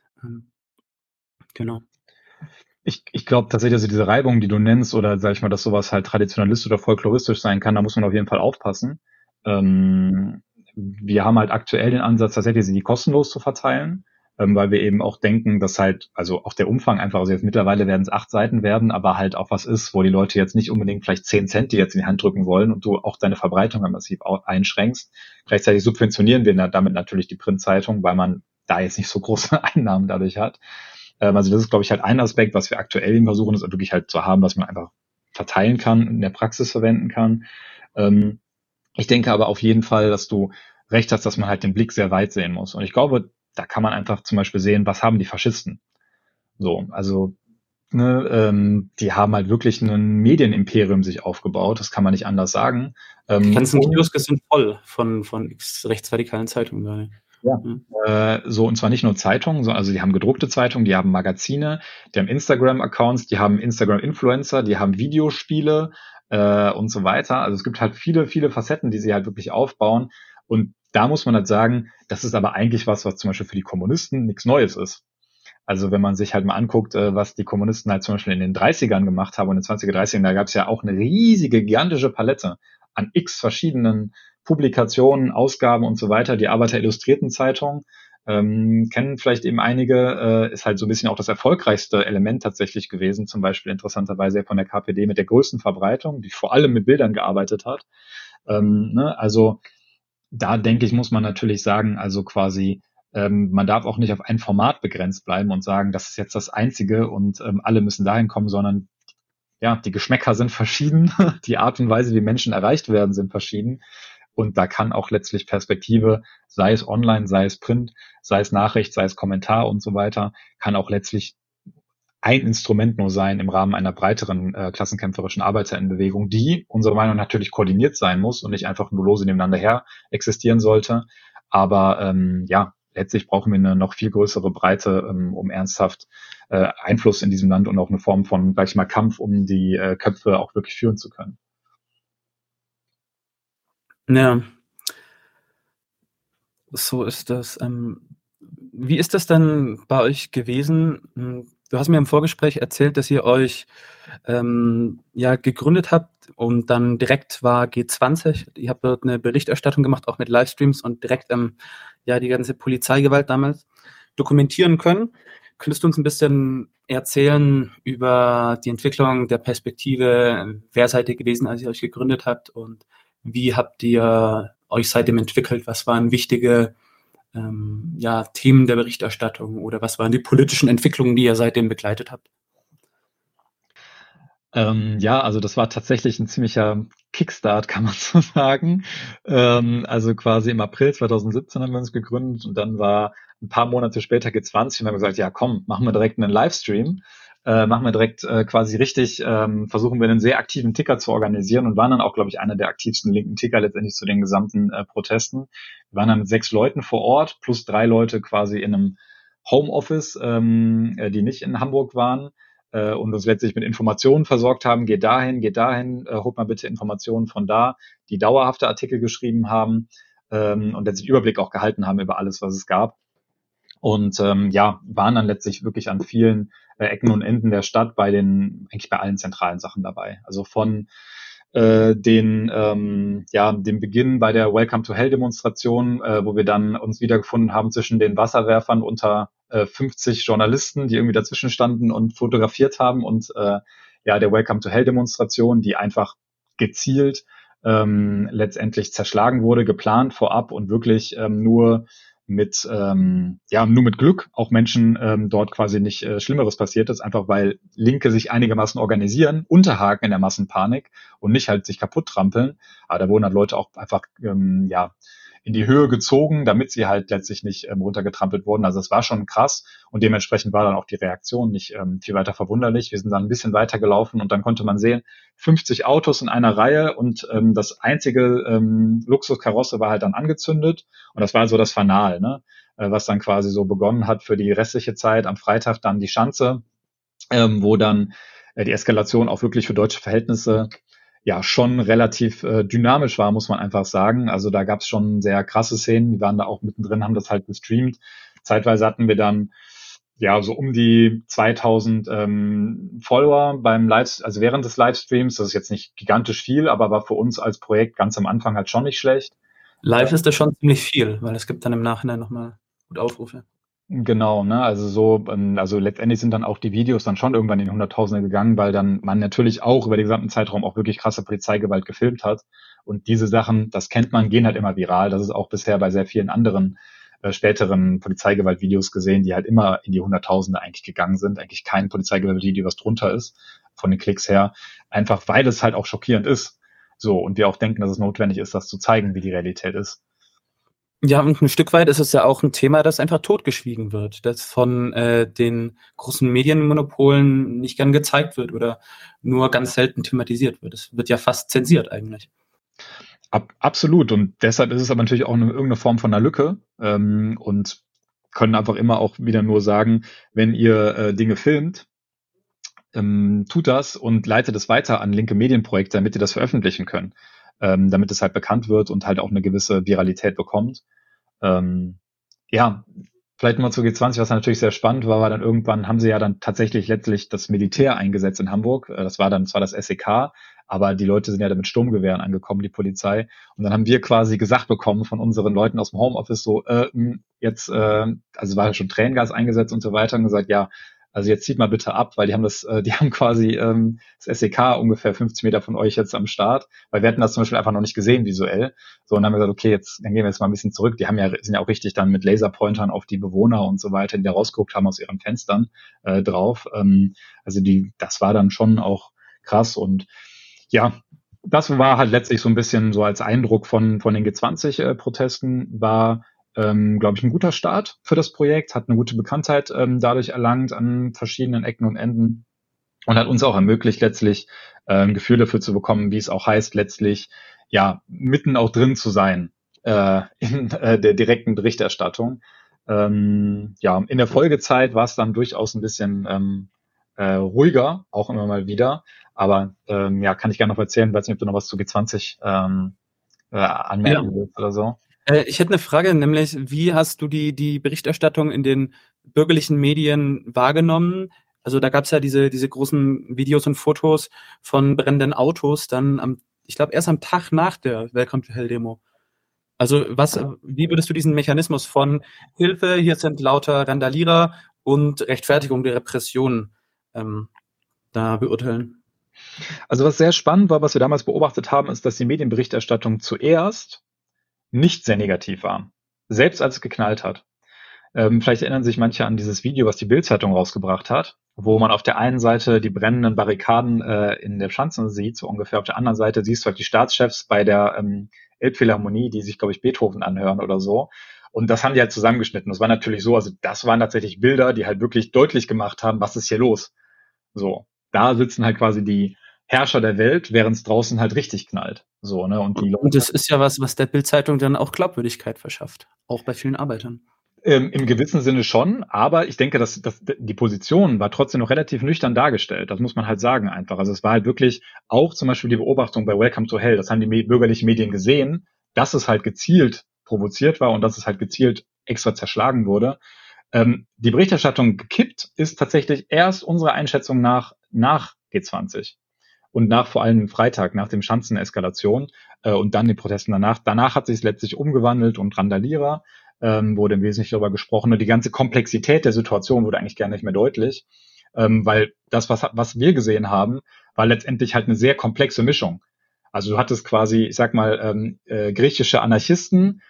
Genau. Ich glaube tatsächlich, also diese Reibung, die du nennst, oder sag ich mal, dass sowas halt traditionalistisch oder folkloristisch sein kann, da muss man auf jeden Fall aufpassen. Wir haben halt aktuell den Ansatz, tatsächlich die kostenlos zu verteilen, weil wir eben auch denken, dass halt, also auch der Umfang einfach, also jetzt mittlerweile werden es 8 Seiten werden, aber halt auch was ist, wo die Leute jetzt nicht unbedingt vielleicht 10 Cent die jetzt in die Hand drücken wollen und du auch deine Verbreitung massiv einschränkst. Gleichzeitig subventionieren wir damit natürlich die Printzeitung, weil man da jetzt nicht so große Einnahmen dadurch hat. Also das ist, glaube ich, halt ein Aspekt, was wir aktuell eben versuchen, ist wirklich halt zu haben, was man einfach verteilen kann, in der Praxis verwenden kann. Ich denke aber auf jeden Fall, dass du recht hast, dass man halt den Blick sehr weit sehen muss. Und ich glaube, da kann man einfach zum Beispiel sehen, was haben die Faschisten? So, also die haben halt wirklich ein Medienimperium sich aufgebaut, das kann man nicht anders sagen. Die ganzen Kioske sind voll von rechtsradikalen Zeitungen gerade. Ja. So, und zwar nicht nur Zeitungen, also die haben gedruckte Zeitungen, die haben Magazine, die haben Instagram-Accounts, die haben Instagram-Influencer, die haben Videospiele und so weiter. Also es gibt halt viele Facetten, die sie halt wirklich aufbauen. Und da muss man halt sagen, das ist aber eigentlich was zum Beispiel für die Kommunisten nichts Neues ist. Also wenn man sich halt mal anguckt, was die Kommunisten halt zum Beispiel in den 30ern gemacht haben und in den 20er, 30ern, da gab es ja auch eine riesige, gigantische Palette an x verschiedenen Publikationen, Ausgaben und so weiter. Die Arbeiter Illustrierten Zeitung kennen vielleicht eben einige, ist halt so ein bisschen auch das erfolgreichste Element tatsächlich gewesen, zum Beispiel interessanterweise von der KPD mit der größten Verbreitung, die vor allem mit Bildern gearbeitet hat. Also da denke ich, muss man natürlich sagen, also quasi man darf auch nicht auf ein Format begrenzt bleiben und sagen, das ist jetzt das Einzige und alle müssen dahin kommen, sondern ja, die Geschmäcker sind verschieden, die Art und Weise, wie Menschen erreicht werden, sind verschieden. Und da kann auch letztlich Perspektive, sei es online, sei es Print, sei es Nachricht, sei es Kommentar und so weiter, kann auch letztlich ein Instrument nur sein im Rahmen einer breiteren klassenkämpferischen Arbeiterinnenbewegung, die unserer Meinung nach natürlich koordiniert sein muss und nicht einfach nur lose nebeneinander her existieren sollte. Aber letztlich brauchen wir eine noch viel größere Breite, um ernsthaft Einfluss in diesem Land und auch eine Form von, sag ich mal, Kampf um die Köpfe auch wirklich führen zu können. Ja. So ist das. Wie ist das denn bei euch gewesen? Du hast mir im Vorgespräch erzählt, dass ihr euch ja gegründet habt und dann direkt war G20. Ihr habt dort eine Berichterstattung gemacht, auch mit Livestreams und direkt ja die ganze Polizeigewalt damals dokumentieren können. Könntest du uns ein bisschen erzählen über die Entwicklung der Perspektive? Wer seid ihr gewesen, als ihr euch gegründet habt und wie habt ihr euch seitdem entwickelt? Was waren wichtige ja, Themen der Berichterstattung oder was waren die politischen Entwicklungen, die ihr seitdem begleitet habt? Ja, also das war tatsächlich ein ziemlicher Kickstart, kann man so sagen. Also quasi im April 2017 haben wir uns gegründet und dann war ein paar Monate später G20 und haben gesagt, ja komm, machen wir direkt einen Livestream, machen wir direkt quasi richtig, versuchen wir einen sehr aktiven Ticker zu organisieren und waren dann auch, glaube ich, einer der aktivsten linken Ticker letztendlich zu den gesamten Protesten. Wir waren dann mit 6 Leuten vor Ort, plus 3 Leute quasi in einem Homeoffice, die nicht in Hamburg waren und uns letztlich mit Informationen versorgt haben, geht dahin, holt mal bitte Informationen von da, die dauerhafte Artikel geschrieben haben und letztlich Überblick auch gehalten haben über alles, was es gab. Und ja, waren dann letztlich wirklich an vielen Ecken und Enden der Stadt eigentlich bei allen zentralen Sachen dabei. Also von dem Beginn bei der Welcome to Hell Demonstration, wo wir dann uns wiedergefunden haben zwischen den Wasserwerfern unter 50 Journalisten, die irgendwie dazwischen standen und fotografiert haben und ja, der Welcome to Hell Demonstration, die einfach gezielt letztendlich zerschlagen wurde, geplant vorab und wirklich nur mit Glück auch Menschen dort quasi nicht Schlimmeres passiert ist, einfach weil Linke sich einigermaßen organisieren, unterhaken in der Massenpanik und nicht halt sich kaputt trampeln. Aber da wurden halt Leute auch einfach in die Höhe gezogen, damit sie halt letztlich nicht runtergetrampelt wurden. Also es war schon krass und dementsprechend war dann auch die Reaktion nicht viel weiter verwunderlich. Wir sind dann ein bisschen weiter gelaufen und dann konnte man sehen, 50 Autos in einer Reihe und das einzige Luxuskarosse war halt dann angezündet und das war so das Fanal, ne? Was dann quasi so begonnen hat für die restliche Zeit. Am Freitag dann die Schanze, wo dann die Eskalation auch wirklich für deutsche Verhältnisse ja schon relativ dynamisch war, muss man einfach sagen. Also da gab es schon sehr krasse Szenen, die waren da auch mittendrin, haben das halt gestreamt. Zeitweise hatten wir dann ja so um die 2000 Follower also während des Livestreams. Das ist jetzt nicht gigantisch viel, aber war für uns als Projekt ganz am Anfang halt schon nicht schlecht. Live ist das schon ziemlich viel, weil es gibt dann im Nachhinein nochmal gut Aufrufe. Genau, ne, also letztendlich sind dann auch die Videos dann schon irgendwann in die Hunderttausende gegangen, weil dann man natürlich auch über den gesamten Zeitraum auch wirklich krasse Polizeigewalt gefilmt hat. Und diese Sachen, das kennt man, gehen halt immer viral. Das ist auch bisher bei sehr vielen anderen späteren Polizeigewaltvideos gesehen, die halt immer in die Hunderttausende eigentlich gegangen sind. Eigentlich kein Polizeigewaltvideo, was drunter ist, von den Klicks her. Einfach weil es halt auch schockierend ist. So, und wir auch denken, dass es notwendig ist, das zu zeigen, wie die Realität ist. Ja, und ein Stück weit ist es ja auch ein Thema, das einfach totgeschwiegen wird, das von den großen Medienmonopolen nicht gern gezeigt wird oder nur ganz selten thematisiert wird. Es wird ja fast zensiert eigentlich. Absolut. Und deshalb ist es aber natürlich auch irgendeine Form von einer Lücke und können einfach immer auch wieder nur sagen, wenn ihr Dinge filmt, tut das und leitet es weiter an linke Medienprojekte, damit ihr das veröffentlichen könnt, damit es halt bekannt wird und halt auch eine gewisse Viralität bekommt. Ja, vielleicht mal zu G20, was natürlich sehr spannend war dann irgendwann haben sie ja dann tatsächlich letztlich das Militär eingesetzt in Hamburg. Das war dann zwar das SEK, aber die Leute sind ja da mit Sturmgewehren angekommen, die Polizei. Und dann haben wir quasi gesagt bekommen von unseren Leuten aus dem Homeoffice so, also war ja schon Tränengas eingesetzt und so weiter und gesagt, ja, also jetzt zieht mal bitte ab, weil die haben quasi das SEK ungefähr 50 Meter von euch jetzt am Start, weil wir hatten das zum Beispiel einfach noch nicht gesehen visuell. So, und dann haben wir gesagt, okay, dann gehen wir jetzt mal ein bisschen zurück. Sind ja auch richtig dann mit Laserpointern auf die Bewohner und so weiter, die da rausgeguckt haben aus ihren Fenstern drauf. Das war dann schon auch krass und ja, das war halt letztlich so ein bisschen so als Eindruck von den G20-Protesten war, glaube ich, ein guter Start für das Projekt, hat eine gute Bekanntheit dadurch erlangt an verschiedenen Ecken und Enden und hat uns auch ermöglicht, letztlich ein Gefühl dafür zu bekommen, wie es auch heißt, letztlich ja mitten auch drin zu sein in der direkten Berichterstattung. Ja, in der Folgezeit war es dann durchaus ein bisschen ruhiger, auch immer mal wieder. Aber ja, kann ich gerne noch erzählen, weiß nicht, ob du noch was zu G20 Ja, anmerken willst oder so. Ich hätte eine Frage, nämlich, wie hast du die Berichterstattung in den bürgerlichen Medien wahrgenommen? Also da gab es ja diese großen Videos und Fotos von brennenden Autos, dann ich glaube, erst am Tag nach der Welcome to Hell Demo. Also wie würdest du diesen Mechanismus von Hilfe, hier sind lauter Randalierer und Rechtfertigung der Repression da beurteilen? Also was sehr spannend war, was wir damals beobachtet haben, ist, dass die Medienberichterstattung zuerst nicht sehr negativ war. Selbst als es geknallt hat. Vielleicht erinnern sich manche an dieses Video, was die Bild-Zeitung rausgebracht hat, wo man auf der einen Seite die brennenden Barrikaden in der Schanze sieht, so ungefähr. Auf der anderen Seite siehst du halt die Staatschefs bei der Elbphilharmonie, die sich, glaube ich, Beethoven anhören oder so. Und das haben die halt zusammengeschnitten. Das war natürlich so, also das waren tatsächlich Bilder, die halt wirklich deutlich gemacht haben, was ist hier los. So, da sitzen halt quasi die Herrscher der Welt, während es draußen halt richtig knallt. So, ne? Und die Und Leute. das ist ja was der Bild-Zeitung dann auch Glaubwürdigkeit verschafft, auch bei vielen Arbeitern. Im gewissen Sinne schon, aber ich denke, dass die Position war trotzdem noch relativ nüchtern dargestellt. Das muss man halt sagen einfach. Also es war halt wirklich auch zum Beispiel die Beobachtung bei Welcome to Hell, das haben die bürgerlichen Medien gesehen, dass es halt gezielt provoziert war und dass es halt gezielt extra zerschlagen wurde. Die Berichterstattung gekippt ist tatsächlich erst unserer Einschätzung nach G20 und nach vor allem Freitag, nach dem Schanzeneskalation und dann den Protesten danach. Danach hat sich es letztlich umgewandelt und Randalierer wurde im Wesentlichen darüber gesprochen und die ganze Komplexität der Situation wurde eigentlich gar nicht mehr deutlich, weil das, was wir gesehen haben, war letztendlich halt eine sehr komplexe Mischung. Also du hattest quasi, ich sag mal, griechische Anarchisten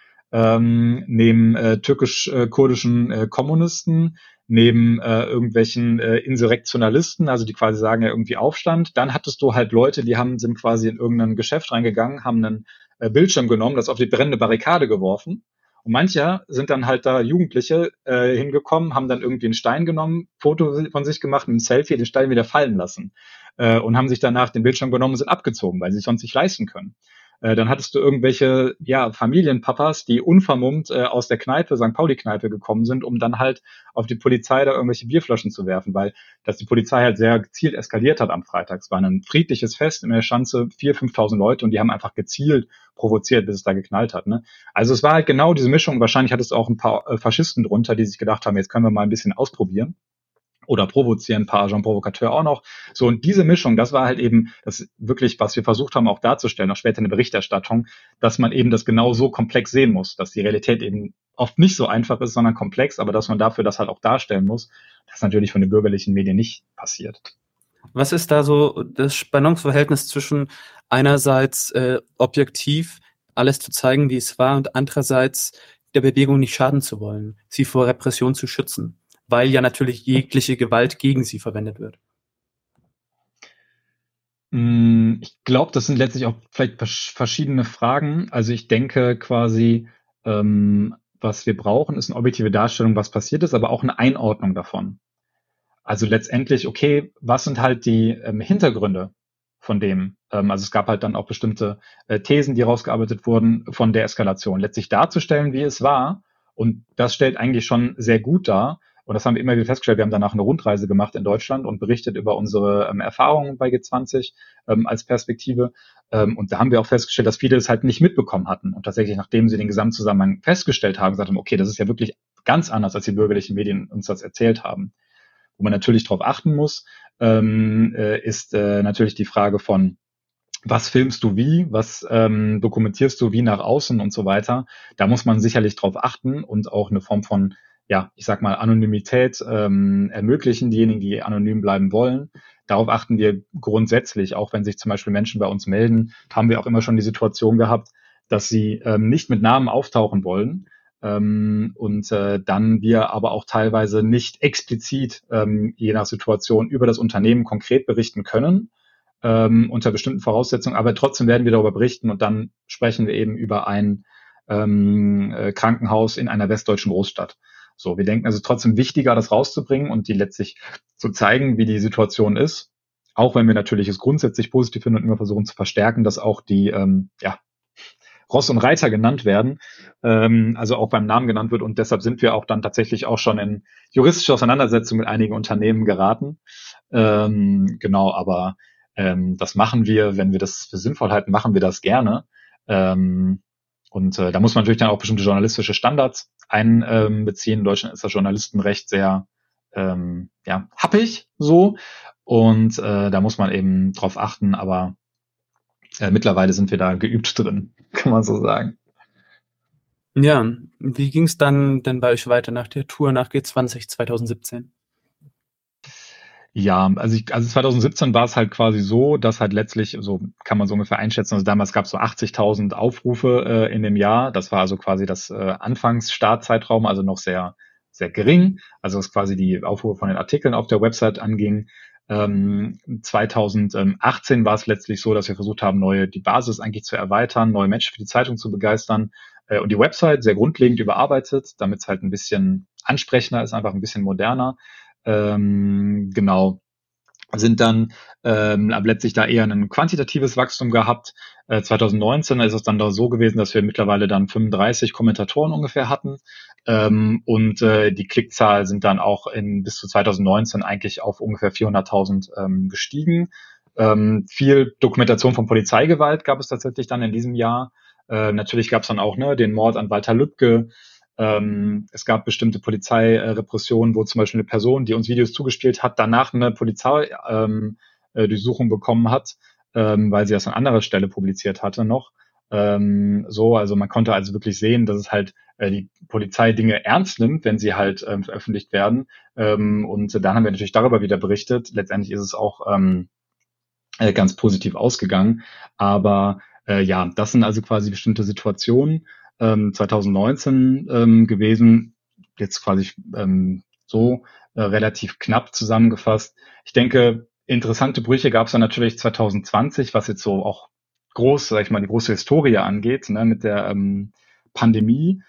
neben türkisch-kurdischen Kommunisten, neben irgendwelchen Insurrektionalisten, also die quasi sagen ja irgendwie Aufstand. Dann hattest du halt Leute, sind quasi in irgendein Geschäft reingegangen, haben einen Bildschirm genommen, das auf die brennende Barrikade geworfen. Und manche sind dann halt da Jugendliche hingekommen, haben dann irgendwie einen Stein genommen, Foto von sich gemacht, ein Selfie, den Stein wieder fallen lassen und haben sich danach den Bildschirm genommen und sind abgezogen, weil sie es sonst nicht leisten können. Dann hattest du irgendwelche Familienpapas, die unvermummt aus der Kneipe, St. Pauli-Kneipe gekommen sind, um dann halt auf die Polizei da irgendwelche Bierflaschen zu werfen, weil das die Polizei halt sehr gezielt eskaliert hat am Freitag. Es war ein friedliches Fest in der Schanze, 4.000, 5.000 Leute und die haben einfach gezielt provoziert, bis es da geknallt hat. Ne? Also es war halt genau diese Mischung. Wahrscheinlich hattest du auch ein paar Faschisten drunter, die sich gedacht haben, jetzt können wir mal ein bisschen ausprobieren oder provozieren, ein paar Agent Provocateur auch noch. So, und diese Mischung, das war halt eben das wirklich, was wir versucht haben auch darzustellen, auch später in der Berichterstattung, dass man eben das genau so komplex sehen muss, dass die Realität eben oft nicht so einfach ist, sondern komplex, aber dass man dafür das halt auch darstellen muss, das natürlich von den bürgerlichen Medien nicht passiert. Was ist da so das Spannungsverhältnis zwischen einerseits objektiv alles zu zeigen, wie es war, und andererseits der Bewegung nicht schaden zu wollen, sie vor Repression zu schützen, weil ja natürlich jegliche Gewalt gegen sie verwendet wird? Ich glaube, das sind letztlich auch vielleicht verschiedene Fragen. Also ich denke quasi, was wir brauchen, ist eine objektive Darstellung, was passiert ist, aber auch eine Einordnung davon. Also letztendlich, okay, was sind halt die Hintergründe von dem? Also es gab halt dann auch bestimmte Thesen, die rausgearbeitet wurden von der Eskalation. Letztlich darzustellen, wie es war. Und das stellt eigentlich schon sehr gut dar. Und das haben wir immer wieder festgestellt. Wir haben danach eine Rundreise gemacht in Deutschland und berichtet über unsere Erfahrungen bei G20 als Perspektive. Und da haben wir auch festgestellt, dass viele das halt nicht mitbekommen hatten. Und tatsächlich, nachdem sie den Gesamtzusammenhang festgestellt haben, gesagt haben, okay, das ist ja wirklich ganz anders, als die bürgerlichen Medien uns das erzählt haben. Wo man natürlich darauf achten muss, ist natürlich die Frage von, was filmst du wie, was dokumentierst du wie nach außen und so weiter. Da muss man sicherlich drauf achten und auch eine Form von, ja, ich sag mal, Anonymität ermöglichen, diejenigen, die anonym bleiben wollen. Darauf achten wir grundsätzlich, auch wenn sich zum Beispiel Menschen bei uns melden, haben wir auch immer schon die Situation gehabt, dass sie nicht mit Namen auftauchen wollen, und dann wir aber auch teilweise nicht explizit, je nach Situation, über das Unternehmen konkret berichten können, unter bestimmten Voraussetzungen, aber trotzdem werden wir darüber berichten und dann sprechen wir eben über ein Krankenhaus in einer westdeutschen Großstadt. So, wir denken, also trotzdem wichtiger, das rauszubringen und die letztlich zu zeigen, wie die Situation ist, auch wenn wir natürlich es grundsätzlich positiv finden und immer versuchen zu verstärken, dass auch die Ross und Reiter genannt werden, also auch beim Namen genannt wird und deshalb sind wir auch dann tatsächlich auch schon in juristische Auseinandersetzungen mit einigen Unternehmen geraten. Genau, aber das machen wir, wenn wir das für sinnvoll halten, machen wir das gerne. Und da muss man natürlich dann auch bestimmte journalistische Standards einbeziehen. In Deutschland ist das Journalistenrecht sehr happig so. Und da muss man eben drauf achten, aber mittlerweile sind wir da geübt drin, kann man so sagen. Ja, wie ging es dann denn bei euch weiter nach der Tour nach G20 2017? Ja, also 2017 war es halt quasi so, dass halt letztlich, so kann man so ungefähr einschätzen, also damals gab es so 80.000 Aufrufe in dem Jahr. Das war also quasi das Anfangsstartzeitraum, also noch sehr, sehr gering. Also was quasi die Aufrufe von den Artikeln auf der Website anging. 2018 war es letztlich so, dass wir versucht haben, die Basis eigentlich zu erweitern, neue Menschen für die Zeitung zu begeistern und die Website sehr grundlegend überarbeitet, damit es halt ein bisschen ansprechender ist, einfach ein bisschen moderner. Genau, sind dann aber letztlich da eher ein quantitatives Wachstum gehabt. 2019 ist es dann da so gewesen, dass wir mittlerweile dann 35 Kommentatoren ungefähr hatten und die Klickzahl sind dann auch bis zu 2019 eigentlich auf ungefähr 400.000 gestiegen. Viel Dokumentation von Polizeigewalt gab es tatsächlich dann in diesem Jahr. Natürlich gab es dann auch den Mord an Walter Lübcke. Es gab bestimmte Polizeirepressionen, wo zum Beispiel eine Person, die uns Videos zugespielt hat, danach eine Polizeidurchsuchung bekommen hat, weil sie das an anderer Stelle publiziert hatte noch. Also man konnte also wirklich sehen, dass es halt die Polizei Dinge ernst nimmt, wenn sie halt veröffentlicht werden. Und dann haben wir natürlich darüber wieder berichtet. Letztendlich ist es auch ganz positiv ausgegangen. Aber das sind also quasi bestimmte Situationen. 2019 gewesen, jetzt quasi relativ knapp zusammengefasst. Ich denke, interessante Brüche gab es dann natürlich 2020, was jetzt so auch sag ich mal, die große Historie angeht, mit der Pandemie.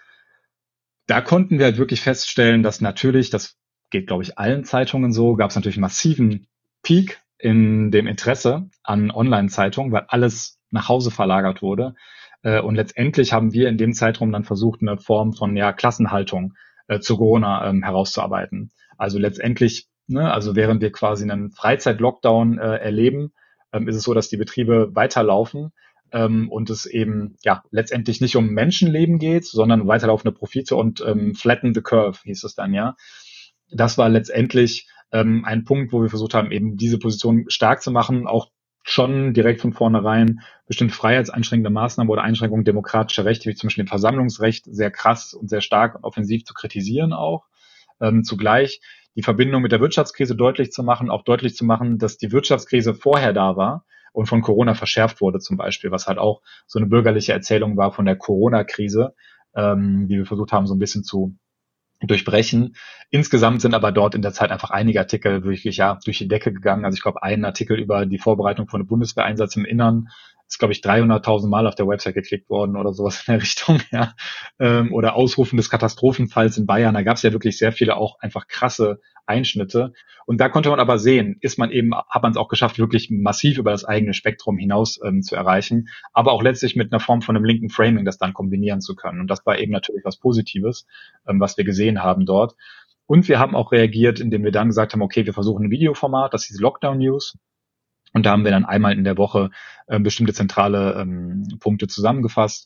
Da konnten wir halt wirklich feststellen, dass natürlich, das geht, glaube ich, allen Zeitungen so, gab es natürlich einen massiven Peak in dem Interesse an Online-Zeitungen, weil alles nach Hause verlagert wurde. Und letztendlich haben wir in dem Zeitraum dann versucht, eine Form von Klassenhaltung zu Corona herauszuarbeiten. Also letztendlich, also während wir quasi einen Freizeit-Lockdown erleben, ist es so, dass die Betriebe weiterlaufen und es eben letztendlich nicht um Menschenleben geht, sondern um weiterlaufende Profite und flatten the curve, hieß es dann ja. Das war letztendlich ein Punkt, wo wir versucht haben, eben diese Position stark zu machen, auch schon direkt von vornherein bestimmte freiheitseinschränkende Maßnahmen oder Einschränkungen demokratischer Rechte, wie zum Beispiel dem Versammlungsrecht, sehr krass und sehr stark und offensiv zu kritisieren auch. Zugleich die Verbindung mit der Wirtschaftskrise deutlich zu machen, dass die Wirtschaftskrise vorher da war und von Corona verschärft wurde zum Beispiel, was halt auch so eine bürgerliche Erzählung war von der Corona-Krise, die wir versucht haben, so ein bisschen zu durchbrechen. Insgesamt sind aber dort in der Zeit einfach einige Artikel wirklich durch die Decke gegangen. Also ich glaube, ein Artikel über die Vorbereitung von einem Bundeswehreinsatz im Innern ist, glaube ich, 300.000 Mal auf der Website geklickt worden oder sowas in der Richtung, ja. Oder Ausrufen des Katastrophenfalls in Bayern. Da gab es ja wirklich sehr viele auch einfach krasse Einschnitte. Und da konnte man aber sehen, hat man es auch geschafft, wirklich massiv über das eigene Spektrum hinaus zu erreichen, aber auch letztlich mit einer Form von einem linken Framing das dann kombinieren zu können. Und das war eben natürlich was Positives, was wir gesehen haben dort. Und wir haben auch reagiert, indem wir dann gesagt haben, okay, wir versuchen ein Videoformat, das hieß Lockdown News. Und da haben wir dann einmal in der Woche bestimmte zentrale Punkte zusammengefasst,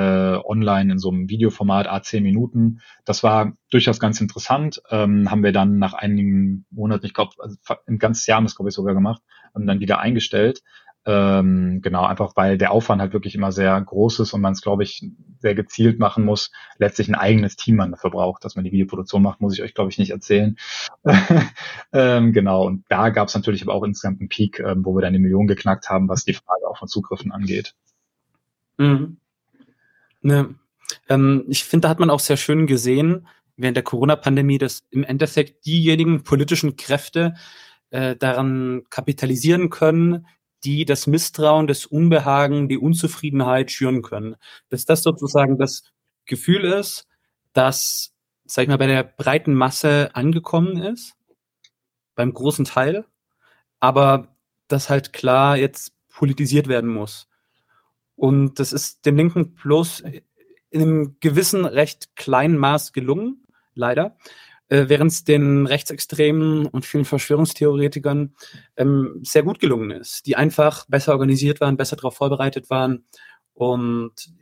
online in so einem Videoformat, 10 Minuten. Das war durchaus ganz interessant. Haben wir dann nach einigen Monaten, ich glaube, ein ganzes Jahr haben wir es, glaube ich, sogar gemacht, dann wieder eingestellt. Genau, einfach weil der Aufwand halt wirklich immer sehr groß ist und man es, glaube ich, sehr gezielt machen muss. Letztlich ein eigenes Team man dafür braucht, dass man die Videoproduktion macht, muss ich euch, glaube ich, nicht erzählen. Genau, und da gab es natürlich aber auch insgesamt einen Peak, wo wir dann die Millionen geknackt haben, was die Frage auch von Zugriffen angeht. Mhm. Ich finde, da hat man auch sehr schön gesehen, während der Corona-Pandemie, dass im Endeffekt diejenigen politischen Kräfte daran kapitalisieren können, die das Misstrauen, das Unbehagen, die Unzufriedenheit schüren können. Dass das sozusagen das Gefühl ist, das, sag ich mal, bei der breiten Masse angekommen ist, beim großen Teil, aber das halt klar jetzt politisiert werden muss. Und das ist dem Linken bloß in einem gewissen, recht kleinen Maß gelungen, leider. Während es den Rechtsextremen und vielen Verschwörungstheoretikern sehr gut gelungen ist, die einfach besser organisiert waren, besser darauf vorbereitet waren und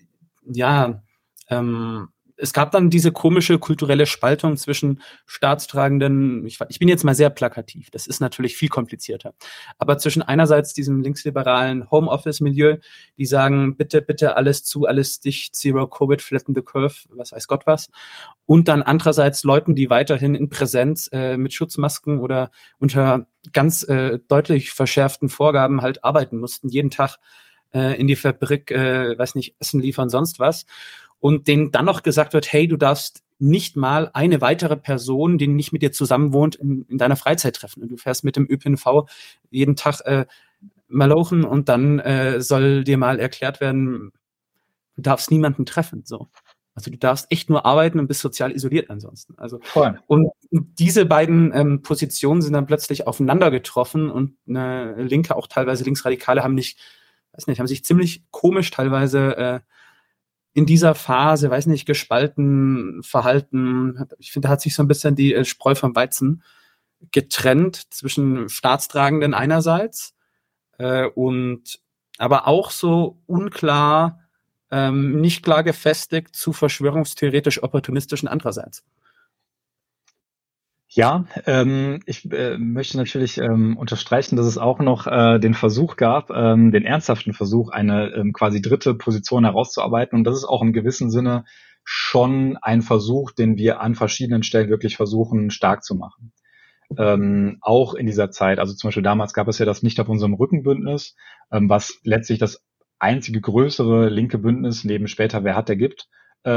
ja, es gab dann diese komische kulturelle Spaltung zwischen staatstragenden, ich bin jetzt mal sehr plakativ, das ist natürlich viel komplizierter, aber zwischen einerseits diesem linksliberalen Homeoffice-Milieu, die sagen, bitte, bitte alles zu, alles dicht, Zero Covid, flatten the curve, was weiß Gott was, und dann andererseits Leuten, die weiterhin in Präsenz mit Schutzmasken oder unter ganz deutlich verschärften Vorgaben halt arbeiten mussten, jeden Tag in die Fabrik, weiß nicht, Essen liefern, sonst was. Und denen dann noch gesagt wird, hey, du darfst nicht mal eine weitere Person, die nicht mit dir zusammen wohnt, in deiner Freizeit treffen. Und du fährst mit dem ÖPNV jeden Tag malochen und dann soll dir mal erklärt werden, du darfst niemanden treffen. So. Also du darfst echt nur arbeiten und bist sozial isoliert ansonsten. Also Voll. und diese beiden Positionen sind dann plötzlich aufeinander getroffen und eine Linke, auch teilweise Linksradikale, haben sich ziemlich komisch teilweise in dieser Phase, weiß nicht, gespalten verhalten. Ich finde, da hat sich so ein bisschen die Spreu vom Weizen getrennt zwischen Staatstragenden einerseits und aber auch so unklar, nicht klar gefestigt zu verschwörungstheoretisch opportunistischen andererseits. Ja, ich möchte natürlich unterstreichen, dass es auch noch den Versuch gab, den ernsthaften Versuch, eine quasi dritte Position herauszuarbeiten. Und das ist auch im gewissen Sinne schon ein Versuch, den wir an verschiedenen Stellen wirklich versuchen, stark zu machen. Auch in dieser Zeit, also zum Beispiel damals gab es ja das Nicht auf unserem Rücken-Bündnis, was letztlich das einzige größere linke Bündnis neben später Wer hat, der gibt,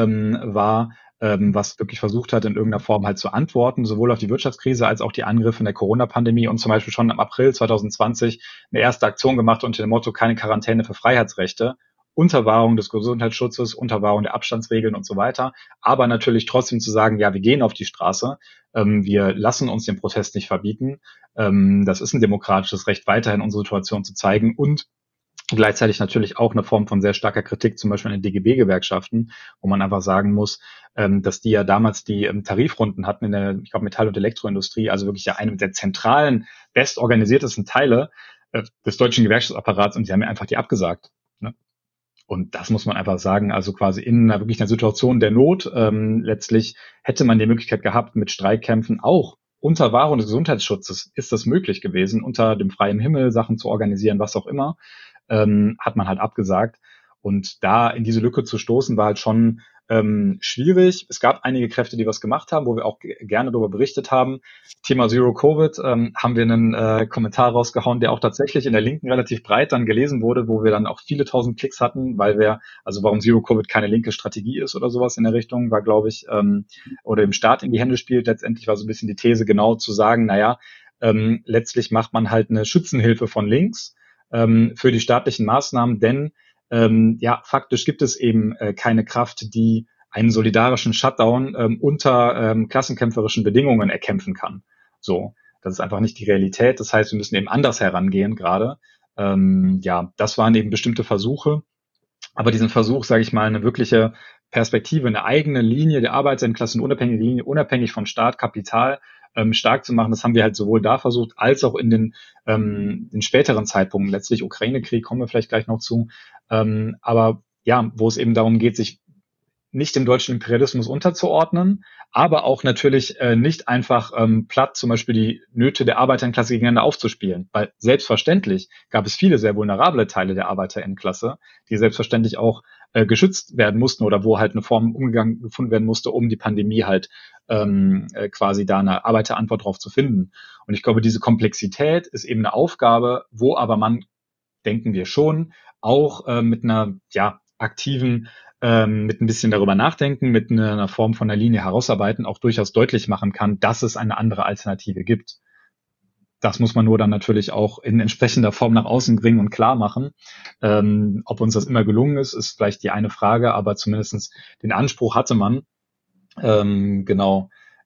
war, was wirklich versucht hat, in irgendeiner Form halt zu antworten, sowohl auf die Wirtschaftskrise als auch die Angriffe in der Corona-Pandemie und zum Beispiel schon im April 2020 eine erste Aktion gemacht unter dem Motto keine Quarantäne für Freiheitsrechte, unter Wahrung des Gesundheitsschutzes, unter Wahrung der Abstandsregeln und so weiter, aber natürlich trotzdem zu sagen, ja, wir gehen auf die Straße, wir lassen uns den Protest nicht verbieten, das ist ein demokratisches Recht, weiterhin unsere Situation zu zeigen und gleichzeitig natürlich auch eine Form von sehr starker Kritik, zum Beispiel an den DGB-Gewerkschaften, wo man einfach sagen muss, dass die ja damals die Tarifrunden hatten in der, ich glaube, Metall- und Elektroindustrie, also wirklich ja einem der zentralen, bestorganisiertesten Teile des deutschen Gewerkschaftsapparats und die haben ja einfach die abgesagt. Ne? Und das muss man einfach sagen, also quasi in einer, wirklich einer Situation der Not, letztlich hätte man die Möglichkeit gehabt, mit Streikkämpfen auch unter Wahrung des Gesundheitsschutzes ist das möglich gewesen, unter dem freien Himmel Sachen zu organisieren, was auch immer, hat man halt abgesagt. Und da in diese Lücke zu stoßen, war halt schon schwierig. Es gab einige Kräfte, die was gemacht haben, wo wir auch gerne darüber berichtet haben. Thema Zero Covid haben wir einen Kommentar rausgehauen, der auch tatsächlich in der Linken relativ breit dann gelesen wurde, wo wir dann auch viele tausend Klicks hatten, weil wir, also warum Zero Covid keine linke Strategie ist oder sowas in der Richtung, war, glaube ich, oder dem Staat in die Hände spielt. Letztendlich war so ein bisschen die These genau zu sagen, naja, letztlich macht man halt eine Schützenhilfe von links für die staatlichen Maßnahmen, denn ja, faktisch gibt es eben keine Kraft, die einen solidarischen Shutdown unter klassenkämpferischen Bedingungen erkämpfen kann. So, das ist einfach nicht die Realität. Das heißt, wir müssen eben anders herangehen gerade. Ja, das waren eben bestimmte Versuche. Aber diesen Versuch, sage ich mal, eine wirkliche Perspektive, eine eigene Linie der Arbeitsklassen, unabhängige Linie, unabhängig von Staat, Kapital, stark zu machen, das haben wir halt sowohl da versucht, als auch in den späteren Zeitpunkten, letztlich Ukraine-Krieg, kommen wir vielleicht gleich noch zu, aber ja, wo es eben darum geht, sich nicht dem deutschen Imperialismus unterzuordnen, aber auch natürlich nicht einfach platt zum Beispiel die Nöte der Arbeiterinnenklasse gegeneinander aufzuspielen. Weil selbstverständlich gab es viele sehr vulnerable Teile der Arbeiterinnenklasse, die selbstverständlich auch geschützt werden mussten oder wo halt eine Form Umgang gefunden werden musste, um die Pandemie halt quasi da eine Arbeiterantwort drauf zu finden. Und ich glaube, diese Komplexität ist eben eine Aufgabe, wo aber man, denken wir schon, auch mit einer ja aktiven mit ein bisschen darüber nachdenken, mit einer Form von einer Linie herausarbeiten, auch durchaus deutlich machen kann, dass es eine andere Alternative gibt. Das muss man nur dann natürlich auch in entsprechender Form nach außen bringen und klar machen. Ob uns das immer gelungen ist, ist vielleicht die eine Frage, aber zumindest den Anspruch hatte man. Genau.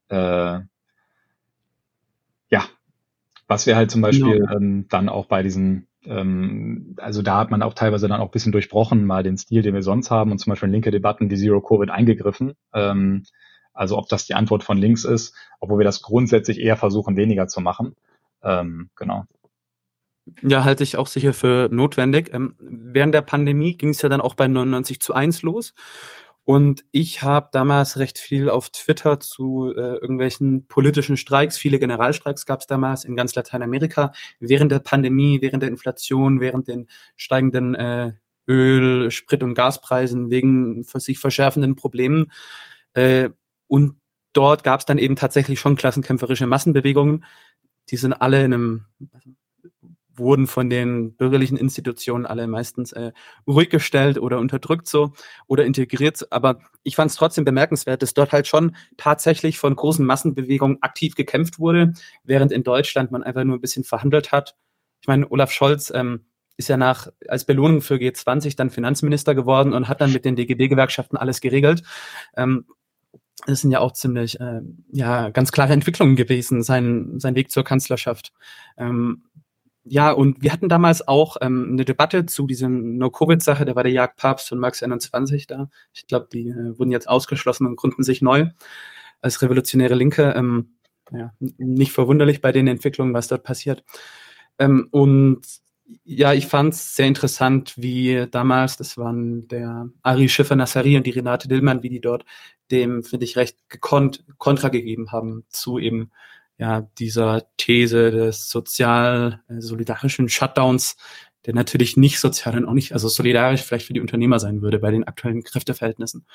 Ja, was wir halt zum Beispiel dann auch bei diesen also da hat man auch teilweise dann auch ein bisschen durchbrochen, mal den Stil, den wir sonst haben und zum Beispiel in linke Debatten die Zero-Covid eingegriffen. Also ob das die Antwort von links ist, obwohl wir das grundsätzlich eher versuchen, weniger zu machen. Genau. Ja, halte ich auch sicher für notwendig. Während der Pandemie ging es ja dann auch bei 99:1 los. Und ich habe damals recht viel auf Twitter zu irgendwelchen politischen Streiks, viele Generalstreiks gab es damals in ganz Lateinamerika, während der Pandemie, während der Inflation, während den steigenden Öl-, Sprit- und Gaspreisen, wegen sich verschärfenden Problemen. Äh, und dort gab es dann eben tatsächlich schon klassenkämpferische Massenbewegungen. Die sind alle in einem wurden von den bürgerlichen Institutionen alle meistens ruhig gestellt oder unterdrückt so oder integriert. Aber ich fand es trotzdem bemerkenswert, dass dort halt schon tatsächlich von großen Massenbewegungen aktiv gekämpft wurde, während in Deutschland man einfach nur ein bisschen verhandelt hat. Ich meine, Olaf Scholz ist ja als Belohnung für G20 dann Finanzminister geworden und hat dann mit den DGB-Gewerkschaften alles geregelt. Das sind ja auch ziemlich ganz klare Entwicklungen gewesen, sein Weg zur Kanzlerschaft. Ja, und wir hatten damals auch eine Debatte zu diesem No-Covid-Sache, da war der Jagd Papst von Max 21 da. Ich glaube, die wurden jetzt ausgeschlossen und gründen sich neu als revolutionäre Linke. Nicht verwunderlich bei den Entwicklungen, was dort passiert. Und ja, ich fand es sehr interessant, wie damals, das waren der Ari Schiffer-Nasseri und die Renate Dillmann, wie die dort dem, finde ich, recht gekonnt Kontra gegeben haben zu eben dieser These des solidarischen Shutdowns, der natürlich nicht sozial und auch nicht, also solidarisch vielleicht für die Unternehmer sein würde bei den aktuellen Kräfteverhältnissen.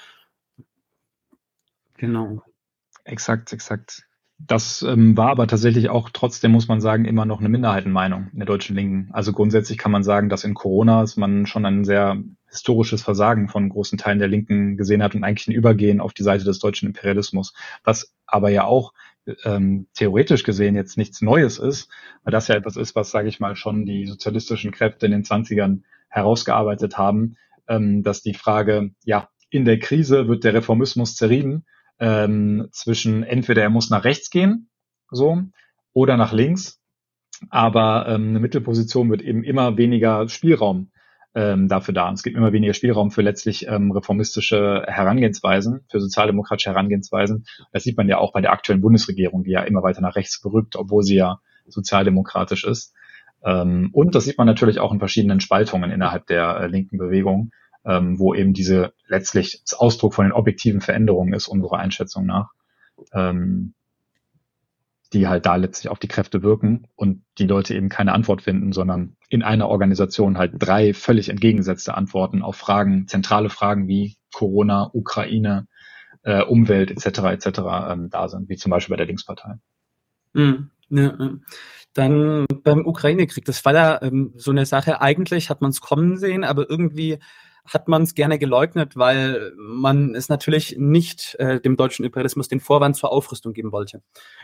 Genau. Exakt, exakt. Das war aber tatsächlich auch trotzdem, muss man sagen, immer noch eine Minderheitenmeinung in der deutschen Linken. Also grundsätzlich kann man sagen, dass in Corona man schon ein sehr historisches Versagen von großen Teilen der Linken gesehen hat und eigentlich ein Übergehen auf die Seite des deutschen Imperialismus, was aber ja auch theoretisch gesehen jetzt nichts Neues ist, weil das ja etwas ist, was, sage ich mal, schon die sozialistischen Kräfte in den 20ern herausgearbeitet haben, dass die Frage, ja, in der Krise wird der Reformismus zerrieben, zwischen entweder er muss nach rechts gehen, so, oder nach links, aber eine Mittelposition wird eben immer weniger Spielraum dafür da. Es gibt immer weniger Spielraum für letztlich reformistische Herangehensweisen, für sozialdemokratische Herangehensweisen. Das sieht man ja auch bei der aktuellen Bundesregierung, die ja immer weiter nach rechts berückt, obwohl sie ja sozialdemokratisch ist. Und das sieht man natürlich auch in verschiedenen Spaltungen innerhalb der linken Bewegung, wo eben diese letztlich das Ausdruck von den objektiven Veränderungen ist, unserer Einschätzung nach, die halt da letztlich auf die Kräfte wirken und die Leute eben keine Antwort finden, sondern in einer Organisation halt 3 völlig entgegengesetzte Antworten auf Fragen, zentrale Fragen wie Corona, Ukraine, Umwelt etc. Da sind, wie zum Beispiel bei der Linkspartei. Dann beim Ukraine-Krieg, das war ja so eine Sache, eigentlich hat man es kommen sehen, aber irgendwie hat man es gerne geleugnet, weil man es natürlich nicht dem deutschen Imperialismus den Vorwand zur Aufrüstung geben wollte.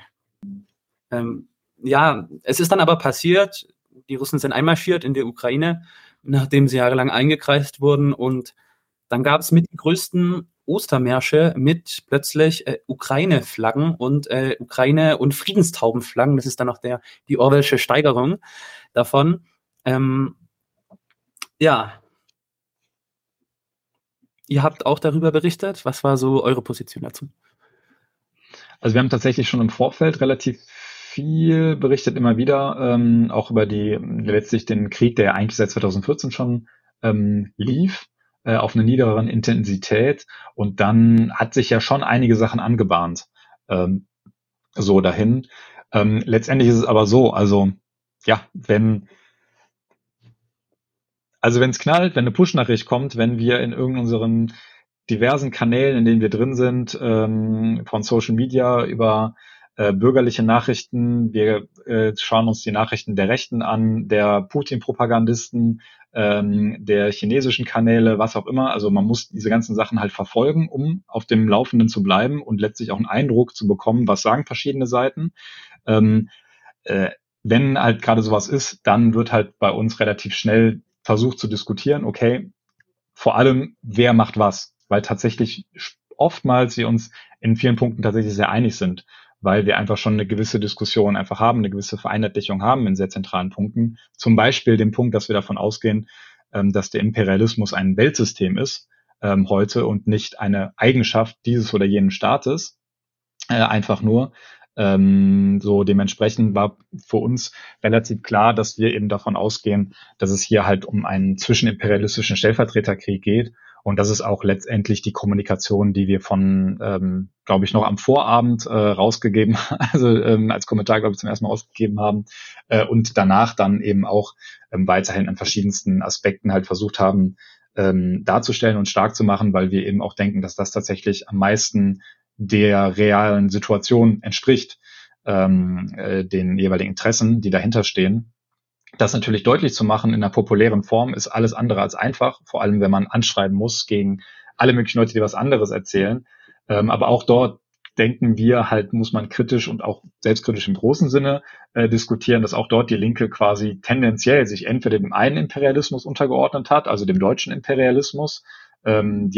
Es ist dann aber passiert, die Russen sind einmarschiert in der Ukraine, nachdem sie jahrelang eingekreist wurden und dann gab es mit die größten Ostermärsche mit plötzlich Ukraine-Flaggen und Ukraine- und Friedenstaubenflaggen. Das ist dann noch die Orwellsche Steigerung davon. Ihr habt auch darüber berichtet. Was war so eure Position dazu? Also wir haben tatsächlich schon im Vorfeld relativ viel berichtet, immer wieder, auch über letztlich den Krieg, der ja eigentlich seit 2014 schon lief, auf einer niedrigeren Intensität. Und dann hat sich ja schon einige Sachen angebahnt, so dahin. Letztendlich ist es aber so, also ja, wenn es knallt, wenn eine Push-Nachricht kommt, wenn wir in irgendeinen diversen Kanälen, in denen wir drin sind, von Social Media über bürgerliche Nachrichten, wir schauen uns die Nachrichten der Rechten an, der Putin-Propagandisten, der chinesischen Kanäle, was auch immer. Also man muss diese ganzen Sachen halt verfolgen, um auf dem Laufenden zu bleiben und letztlich auch einen Eindruck zu bekommen, was sagen verschiedene Seiten. Wenn halt gerade sowas ist, dann wird halt bei uns relativ schnell versucht zu diskutieren, okay, vor allem, wer macht was, weil tatsächlich oftmals wir uns in vielen Punkten tatsächlich sehr einig sind, weil wir einfach schon eine gewisse Diskussion einfach haben, eine gewisse Vereinheitlichung haben in sehr zentralen Punkten. Zum Beispiel den Punkt, dass wir davon ausgehen, dass der Imperialismus ein Weltsystem ist heute und nicht eine Eigenschaft dieses oder jenen Staates, einfach nur. So dementsprechend war für uns relativ klar, dass wir eben davon ausgehen, dass es hier halt um einen zwischenimperialistischen Stellvertreterkrieg geht. Und das ist auch letztendlich die Kommunikation, die wir von, glaube ich, noch am Vorabend rausgegeben, also als Kommentar, glaube ich, zum ersten Mal ausgegeben haben und danach dann eben auch weiterhin an verschiedensten Aspekten halt versucht haben, darzustellen und stark zu machen, weil wir eben auch denken, dass das tatsächlich am meisten der realen Situation entspricht, den jeweiligen Interessen, die dahinter stehen. Das natürlich deutlich zu machen in einer populären Form ist alles andere als einfach, vor allem wenn man anschreiben muss gegen alle möglichen Leute, die was anderes erzählen. Aber auch dort denken wir halt, muss man kritisch und auch selbstkritisch im großen Sinne diskutieren, dass auch dort die Linke quasi tendenziell sich entweder dem einen Imperialismus untergeordnet hat, also dem deutschen Imperialismus, die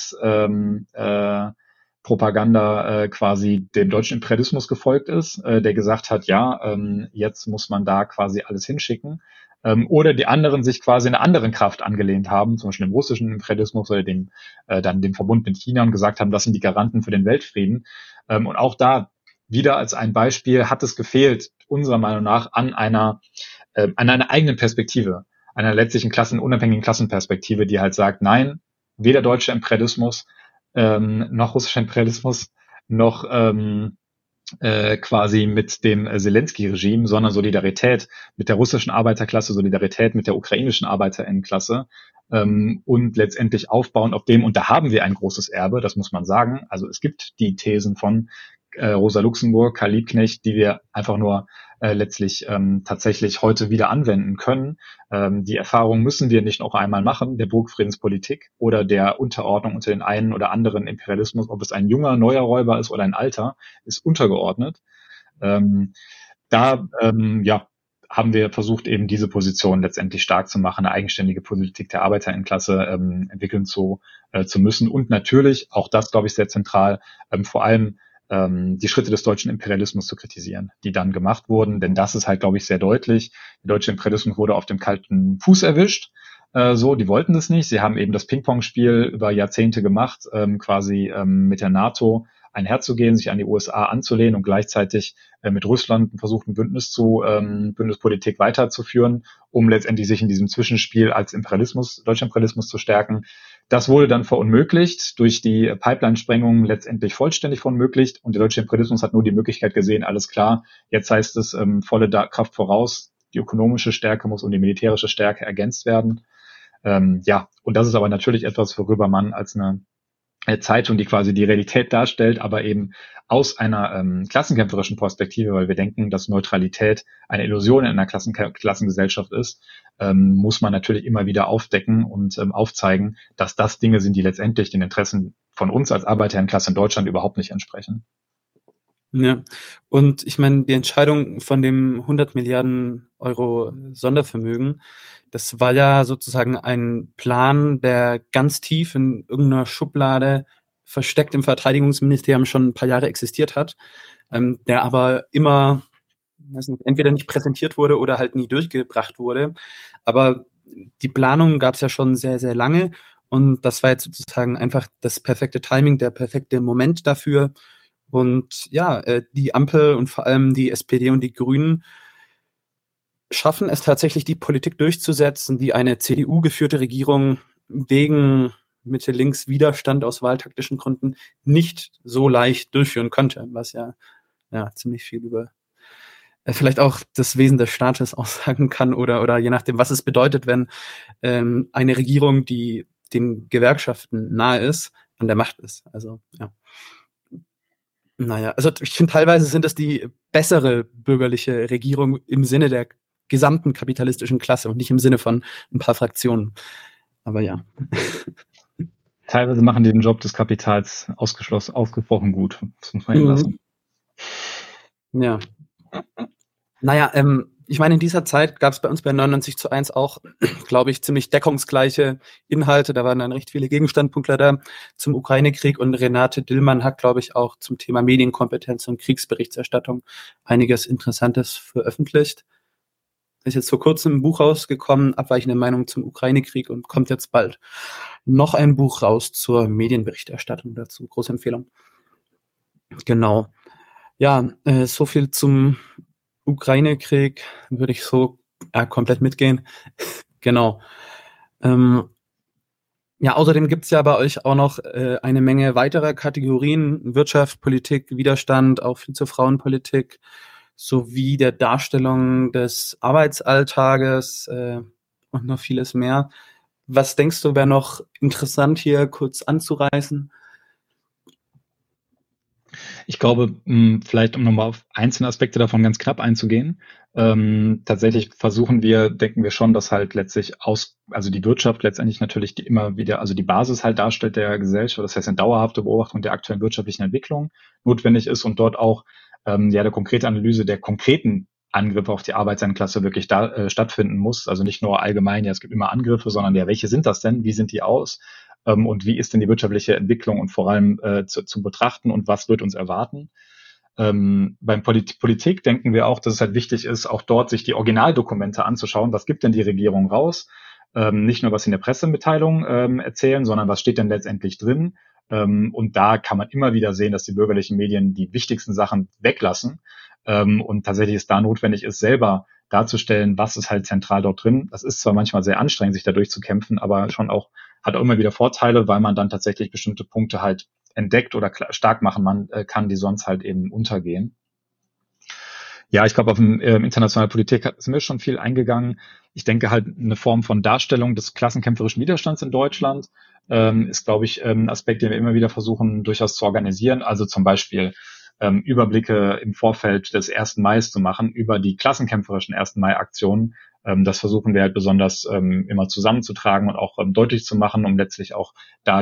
Propaganda quasi dem deutschen Imperialismus gefolgt ist, der gesagt hat, ja, jetzt muss man da quasi alles hinschicken. Oder die anderen sich quasi einer anderen Kraft angelehnt haben, zum Beispiel dem russischen Imperialismus oder dann dem Verbund mit China und gesagt haben, das sind die Garanten für den Weltfrieden. Und auch da wieder als ein Beispiel hat es gefehlt, unserer Meinung nach, an einer eigenen Perspektive, einer letztlichen unabhängigen Klassenperspektive, die halt sagt, nein, weder deutscher Imperialismus noch russischer Imperialismus, noch quasi mit dem Zelensky-Regime, sondern Solidarität mit der russischen Arbeiterklasse, Solidarität mit der ukrainischen Arbeiterinnenklasse und letztendlich aufbauen auf dem, und da haben wir ein großes Erbe, das muss man sagen. Also es gibt die Thesen von Rosa Luxemburg, Karl Liebknecht, die wir einfach nur letztlich tatsächlich heute wieder anwenden können. Die Erfahrung müssen wir nicht noch einmal machen, der Burgfriedenspolitik oder der Unterordnung unter den einen oder anderen Imperialismus, ob es ein junger, neuer Räuber ist oder ein alter, ist untergeordnet. Haben wir versucht, eben diese Position letztendlich stark zu machen, eine eigenständige Politik der Arbeiterinnenklasse entwickeln zu müssen. Und natürlich, auch das glaube ich sehr zentral, vor allem die Schritte des deutschen Imperialismus zu kritisieren, die dann gemacht wurden. Denn das ist halt, glaube ich, sehr deutlich. Der deutsche Imperialismus wurde auf dem kalten Fuß erwischt. Die wollten das nicht. Sie haben eben das Ping-Pong-Spiel über Jahrzehnte gemacht, mit der NATO einherzugehen, sich an die USA anzulehnen und gleichzeitig mit Russland versucht, ein Bündnispolitik weiterzuführen, um letztendlich sich in diesem Zwischenspiel als deutscher Imperialismus zu stärken. Das wurde dann verunmöglicht, durch die Pipeline-Sprengung letztendlich vollständig verunmöglicht, und der deutsche Imperialismus hat nur die Möglichkeit gesehen, alles klar, jetzt heißt es volle Kraft voraus, die ökonomische Stärke muss um die militärische Stärke ergänzt werden. Und das ist aber natürlich etwas, worüber man als eine Zeitung, die quasi die Realität darstellt, aber eben aus einer klassenkämpferischen Perspektive, weil wir denken, dass Neutralität eine Illusion in einer Klassengesellschaft ist, muss man natürlich immer wieder aufdecken und aufzeigen, dass das Dinge sind, die letztendlich den Interessen von uns als Arbeiterinnenklasse in Deutschland überhaupt nicht entsprechen. Ja, und ich meine, die Entscheidung von dem 100 Milliarden Euro Sondervermögen, das war ja sozusagen ein Plan, der ganz tief in irgendeiner Schublade versteckt im Verteidigungsministerium schon ein paar Jahre existiert hat, der aber immer entweder nicht präsentiert wurde oder halt nie durchgebracht wurde. Aber die Planung gab es ja schon sehr, sehr lange, und das war jetzt sozusagen einfach das perfekte Timing, der perfekte Moment dafür. Und ja, die Ampel und vor allem die SPD und die Grünen schaffen es tatsächlich, die Politik durchzusetzen, die eine CDU-geführte Regierung wegen Mitte-Links-Widerstand aus wahltaktischen Gründen nicht so leicht durchführen könnte, was ja ziemlich viel über vielleicht auch das Wesen des Staates aussagen kann oder je nachdem, was es bedeutet, wenn eine Regierung, die den Gewerkschaften nahe ist, an der Macht ist. Also, ja. Naja, also ich finde, teilweise sind das die bessere bürgerliche Regierung im Sinne der gesamten kapitalistischen Klasse und nicht im Sinne von ein paar Fraktionen. Aber ja. Teilweise machen die den Job des Kapitals ausgesprochen gut. Das muss man eben lassen. Ja. Naja, ich meine, in dieser Zeit gab es bei uns bei 99:1 auch, glaube ich, ziemlich deckungsgleiche Inhalte. Da waren dann recht viele Gegenstandpunktler da zum Ukraine-Krieg, und Renate Dillmann hat, glaube ich, auch zum Thema Medienkompetenz und Kriegsberichterstattung einiges Interessantes veröffentlicht. Ist jetzt vor kurzem ein Buch rausgekommen, Abweichende Meinung zum Ukraine-Krieg, und kommt jetzt bald noch ein Buch raus zur Medienberichterstattung dazu. Große Empfehlung. Genau. Ja, so viel zum Ukraine-Krieg würde ich so komplett mitgehen. Genau. Ähm, ja, außerdem gibt's ja bei euch auch noch eine Menge weiterer Kategorien: Wirtschaft, Politik, Widerstand, auch viel zur Frauenpolitik, sowie der Darstellung des Arbeitsalltages und noch vieles mehr. Was denkst du, wäre noch interessant hier kurz anzureißen? Ich glaube, vielleicht um nochmal auf einzelne Aspekte davon ganz knapp einzugehen. Tatsächlich denken wir schon, dass halt letztlich also die Wirtschaft letztendlich natürlich die immer wieder, also die Basis halt darstellt der Gesellschaft. Das heißt, eine dauerhafte Beobachtung der aktuellen wirtschaftlichen Entwicklung notwendig ist und dort auch ja der konkrete Analyse der konkreten Angriffe auf die Arbeitsklasse wirklich stattfinden muss. Also nicht nur allgemein, ja, es gibt immer Angriffe, sondern ja, welche sind das denn? Wie sind die aus? Und wie ist denn die wirtschaftliche Entwicklung und vor allem zu betrachten und was wird uns erwarten. Beim Politik denken wir auch, dass es halt wichtig ist, auch dort sich die Originaldokumente anzuschauen. Was gibt denn die Regierung raus? Nicht nur, was sie in der Pressemitteilung erzählen, sondern was steht denn letztendlich drin? Und da kann man immer wieder sehen, dass die bürgerlichen Medien die wichtigsten Sachen weglassen. Und tatsächlich es da notwendig ist, selber darzustellen, was ist halt zentral dort drin. Das ist zwar manchmal sehr anstrengend, sich da durchzukämpfen, aber schon auch hat auch immer wieder Vorteile, weil man dann tatsächlich bestimmte Punkte halt entdeckt oder stark machen kann, die sonst halt eben untergehen. Ja, ich glaube, auf internationale Politik sind wir schon viel eingegangen. Ich denke halt, eine Form von Darstellung des klassenkämpferischen Widerstands in Deutschland ist, glaube ich, ein Aspekt, den wir immer wieder versuchen, durchaus zu organisieren. Also zum Beispiel Überblicke im Vorfeld des 1. Mai zu machen über die klassenkämpferischen 1. Mai-Aktionen. Das versuchen wir halt besonders immer zusammenzutragen und auch deutlich zu machen, um letztlich auch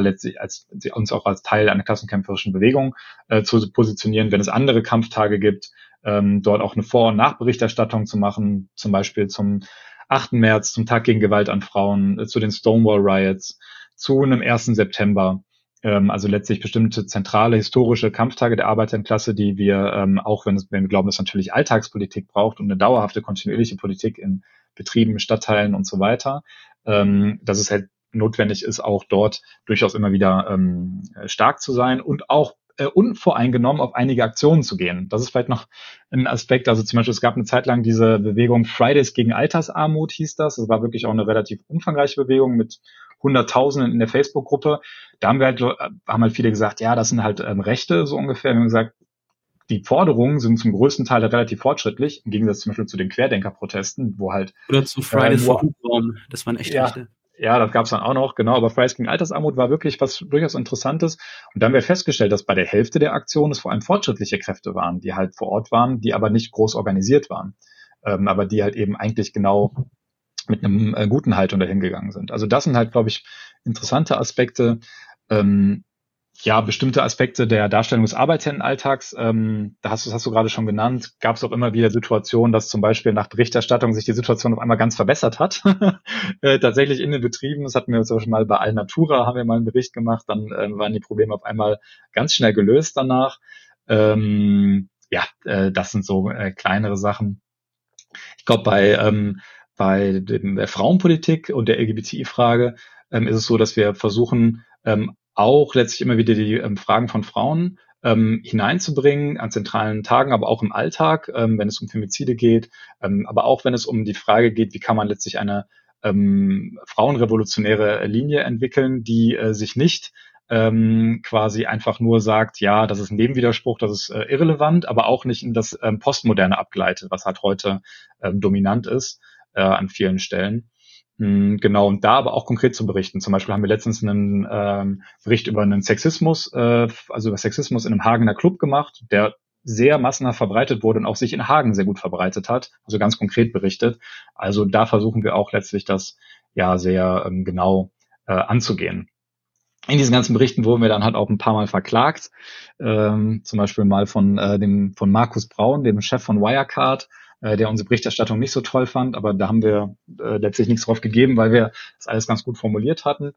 uns auch als Teil einer klassenkämpferischen Bewegung zu positionieren, wenn es andere Kampftage gibt, dort auch eine Vor- und Nachberichterstattung zu machen, zum Beispiel zum 8. März, zum Tag gegen Gewalt an Frauen, zu den Stonewall Riots, zu einem 1. September. Also letztlich bestimmte zentrale historische Kampftage der Arbeiterklasse, die wir auch, wenn wir glauben, dass natürlich Alltagspolitik braucht und eine dauerhafte kontinuierliche Politik in Betrieben, Stadtteilen und so weiter, dass es halt notwendig ist, auch dort durchaus immer wieder stark zu sein und auch unvoreingenommen auf einige Aktionen zu gehen. Das ist vielleicht noch ein Aspekt. Also zum Beispiel, es gab eine Zeit lang diese Bewegung Fridays gegen Altersarmut, hieß das. Das war wirklich auch eine relativ umfangreiche Bewegung mit Hunderttausenden in der Facebook-Gruppe. Da haben halt viele gesagt, ja, das sind halt Rechte, so ungefähr. Wir haben gesagt, die Forderungen sind zum größten Teil relativ fortschrittlich, im Gegensatz zum Beispiel zu den Querdenker-Protesten, wo halt Oder zu Fridays for Hubraum, das waren echt ja, Rechte. ja, das gab es dann auch noch, genau, aber Fridays gegen Altersarmut war wirklich was durchaus Interessantes. Und dann haben wir festgestellt, dass bei der Hälfte der Aktionen es vor allem fortschrittliche Kräfte waren, die halt vor Ort waren, die aber nicht groß organisiert waren, aber die halt eben eigentlich genau mit einem guten Haltung dahin gegangen sind. Also das sind halt, glaube ich, interessante Aspekte. Ja, bestimmte Aspekte der Darstellung des Arbeitsalltags, das hast du gerade schon genannt, gab es auch immer wieder Situationen, dass zum Beispiel nach Berichterstattung sich die Situation auf einmal ganz verbessert hat. Tatsächlich in den Betrieben, das hatten wir zum Beispiel mal bei Alnatura, haben wir mal einen Bericht gemacht, dann waren die Probleme auf einmal ganz schnell gelöst danach. Das sind so kleinere Sachen. Ich glaube, bei der Frauenpolitik und der LGBTI-Frage ist es so, dass wir versuchen, auch letztlich immer wieder die Fragen von Frauen hineinzubringen an zentralen Tagen, aber auch im Alltag, wenn es um Femizide geht, aber auch wenn es um die Frage geht, wie kann man letztlich eine frauenrevolutionäre Linie entwickeln, die sich nicht quasi einfach nur sagt, ja, das ist ein Nebenwiderspruch, das ist irrelevant, aber auch nicht in das Postmoderne abgleitet, was halt heute dominant ist an vielen Stellen. Genau, und da aber auch konkret zu berichten. Zum Beispiel haben wir letztens einen Bericht über einen Sexismus, also über Sexismus in einem Hagener Club gemacht, der sehr massenhaft verbreitet wurde und auch sich in Hagen sehr gut verbreitet hat, also ganz konkret berichtet. Also da versuchen wir auch letztlich das ja sehr genau anzugehen. In diesen ganzen Berichten wurden wir dann halt auch ein paar Mal verklagt, zum Beispiel mal von Markus Braun, dem Chef von Wirecard, der unsere Berichterstattung nicht so toll fand, aber da haben wir letztlich nichts drauf gegeben, weil wir das alles ganz gut formuliert hatten.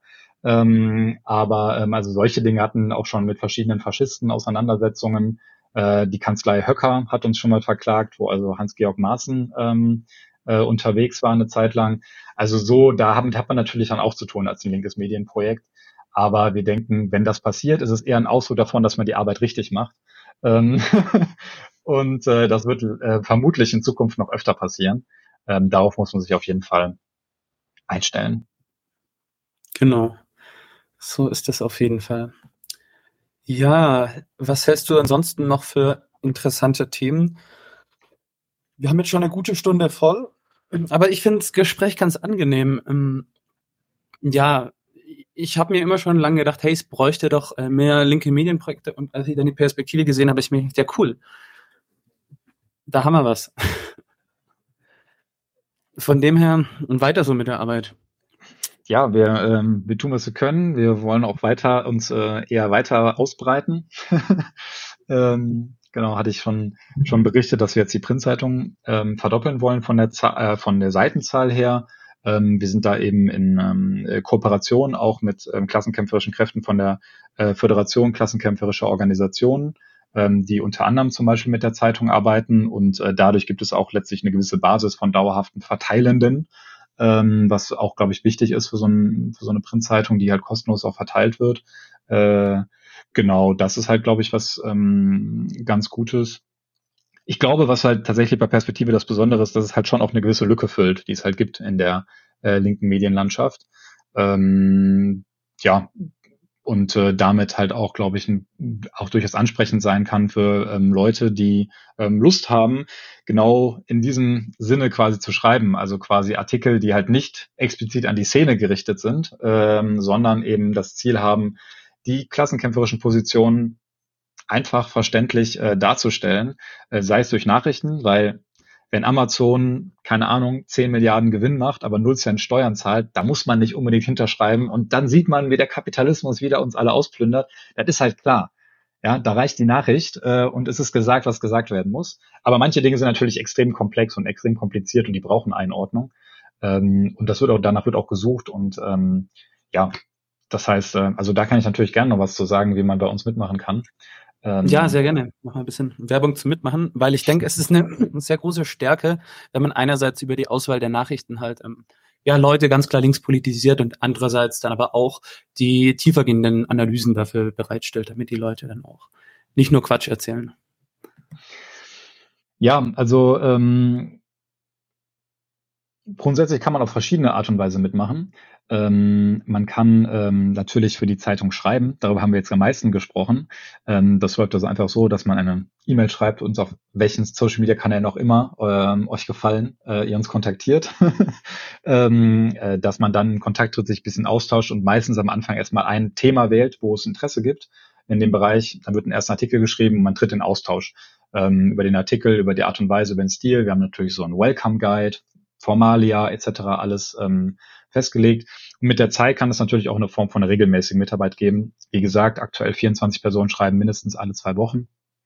Also solche Dinge hatten auch schon mit verschiedenen Faschisten Auseinandersetzungen. Die Kanzlei Höcker hat uns schon mal verklagt, wo also Hans-Georg Maaßen unterwegs war eine Zeit lang. Also so, damit hat man natürlich dann auch zu tun als ein linkes Medienprojekt. Aber wir denken, wenn das passiert, ist es eher ein Ausdruck davon, dass man die Arbeit richtig macht. Und das wird vermutlich in Zukunft noch öfter passieren. Darauf muss man sich auf jeden Fall einstellen. Genau. So ist es auf jeden Fall. Ja, was hältst du ansonsten noch für interessante Themen? Wir haben jetzt schon eine gute Stunde voll, aber ich finde das Gespräch ganz angenehm. Ja, ich habe mir immer schon lange gedacht, hey, es bräuchte doch mehr linke Medienprojekte, und als ich dann die Perspektive gesehen habe, ich mir gedacht, ja cool, da haben wir was. Von dem her und weiter so mit der Arbeit. Ja, wir tun, was wir können. Wir wollen auch weiter uns eher weiter ausbreiten. Genau, hatte ich schon berichtet, dass wir jetzt die Printzeitung verdoppeln wollen von der Seitenzahl her. Wir sind da eben in Kooperation auch mit klassenkämpferischen Kräften von der Föderation klassenkämpferischer Organisationen, die unter anderem zum Beispiel mit der Zeitung arbeiten, und dadurch gibt es auch letztlich eine gewisse Basis von dauerhaften Verteilenden, was auch, glaube ich, wichtig ist für so eine Printzeitung, die halt kostenlos auch verteilt wird. Genau, das ist halt, glaube ich, was ganz Gutes. Ich glaube, was halt tatsächlich bei Perspektive das Besondere ist, dass es halt schon auch eine gewisse Lücke füllt, die es halt gibt in der linken Medienlandschaft. Ja, und damit halt auch, glaube ich, auch durchaus ansprechend sein kann für Leute, die Lust haben, genau in diesem Sinne quasi zu schreiben. Also quasi Artikel, die halt nicht explizit an die Szene gerichtet sind, sondern eben das Ziel haben, die klassenkämpferischen Positionen einfach verständlich darzustellen, sei es durch Nachrichten, weil wenn Amazon, keine Ahnung, 10 Milliarden Gewinn macht, aber 0 Cent Steuern zahlt, da muss man nicht unbedingt hinterschreiben, und dann sieht man, wie der Kapitalismus wieder uns alle ausplündert. Das ist halt klar. Ja, da reicht die Nachricht und es ist gesagt, was gesagt werden muss. Aber manche Dinge sind natürlich extrem komplex und extrem kompliziert und die brauchen Einordnung. Und danach wird auch gesucht, und ja, das heißt, also da kann ich natürlich gerne noch was zu sagen, wie man bei uns mitmachen kann. Ja, sehr gerne. Mach mal ein bisschen Werbung zum Mitmachen, weil ich denke, es ist eine sehr große Stärke, wenn man einerseits über die Auswahl der Nachrichten halt ja, Leute ganz klar links politisiert und andererseits dann aber auch die tiefergehenden Analysen dafür bereitstellt, damit die Leute dann auch nicht nur Quatsch erzählen. Ja, also grundsätzlich kann man auf verschiedene Art und Weise mitmachen. Man kann natürlich für die Zeitung schreiben, darüber haben wir jetzt am meisten gesprochen. Das läuft also einfach so, dass man eine E-Mail schreibt, uns auf welchen Social-Media-Kanälen auch immer euch gefallen, ihr uns kontaktiert, dass man dann in Kontakt tritt, sich ein bisschen austauscht und meistens am Anfang erstmal ein Thema wählt, wo es Interesse gibt in dem Bereich. Dann wird ein erster Artikel geschrieben und man tritt in Austausch über den Artikel, über die Art und Weise, über den Stil. Wir haben natürlich so einen Welcome-Guide, Formalia etc. alles festgelegt. Und mit der Zeit kann es natürlich auch eine Form von regelmäßigen Mitarbeit geben. Wie gesagt, aktuell 24 Personen schreiben mindestens alle 2 Wochen.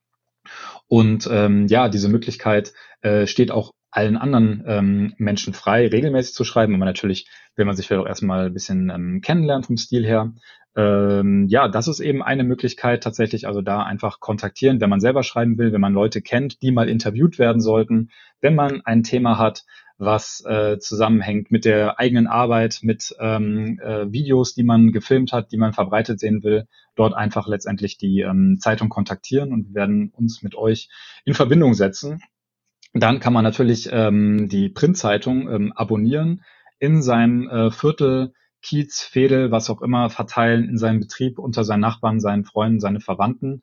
Und ja, diese Möglichkeit steht auch allen anderen Menschen frei, regelmäßig zu schreiben. Aber natürlich will man sich vielleicht auch erstmal ein bisschen kennenlernen vom Stil her. Ja, das ist eben eine Möglichkeit tatsächlich, also da einfach kontaktieren, wenn man selber schreiben will, wenn man Leute kennt, die mal interviewt werden sollten, wenn man ein Thema hat, was zusammenhängt mit der eigenen Arbeit, mit Videos, die man gefilmt hat, die man verbreitet sehen will, dort einfach letztendlich die Zeitung kontaktieren und wir werden uns mit euch in Verbindung setzen. Dann kann man natürlich die Printzeitung abonnieren, in seinem Viertel, Kiez, Veedel, was auch immer, verteilen, in seinem Betrieb, unter seinen Nachbarn, seinen Freunden, seine Verwandten.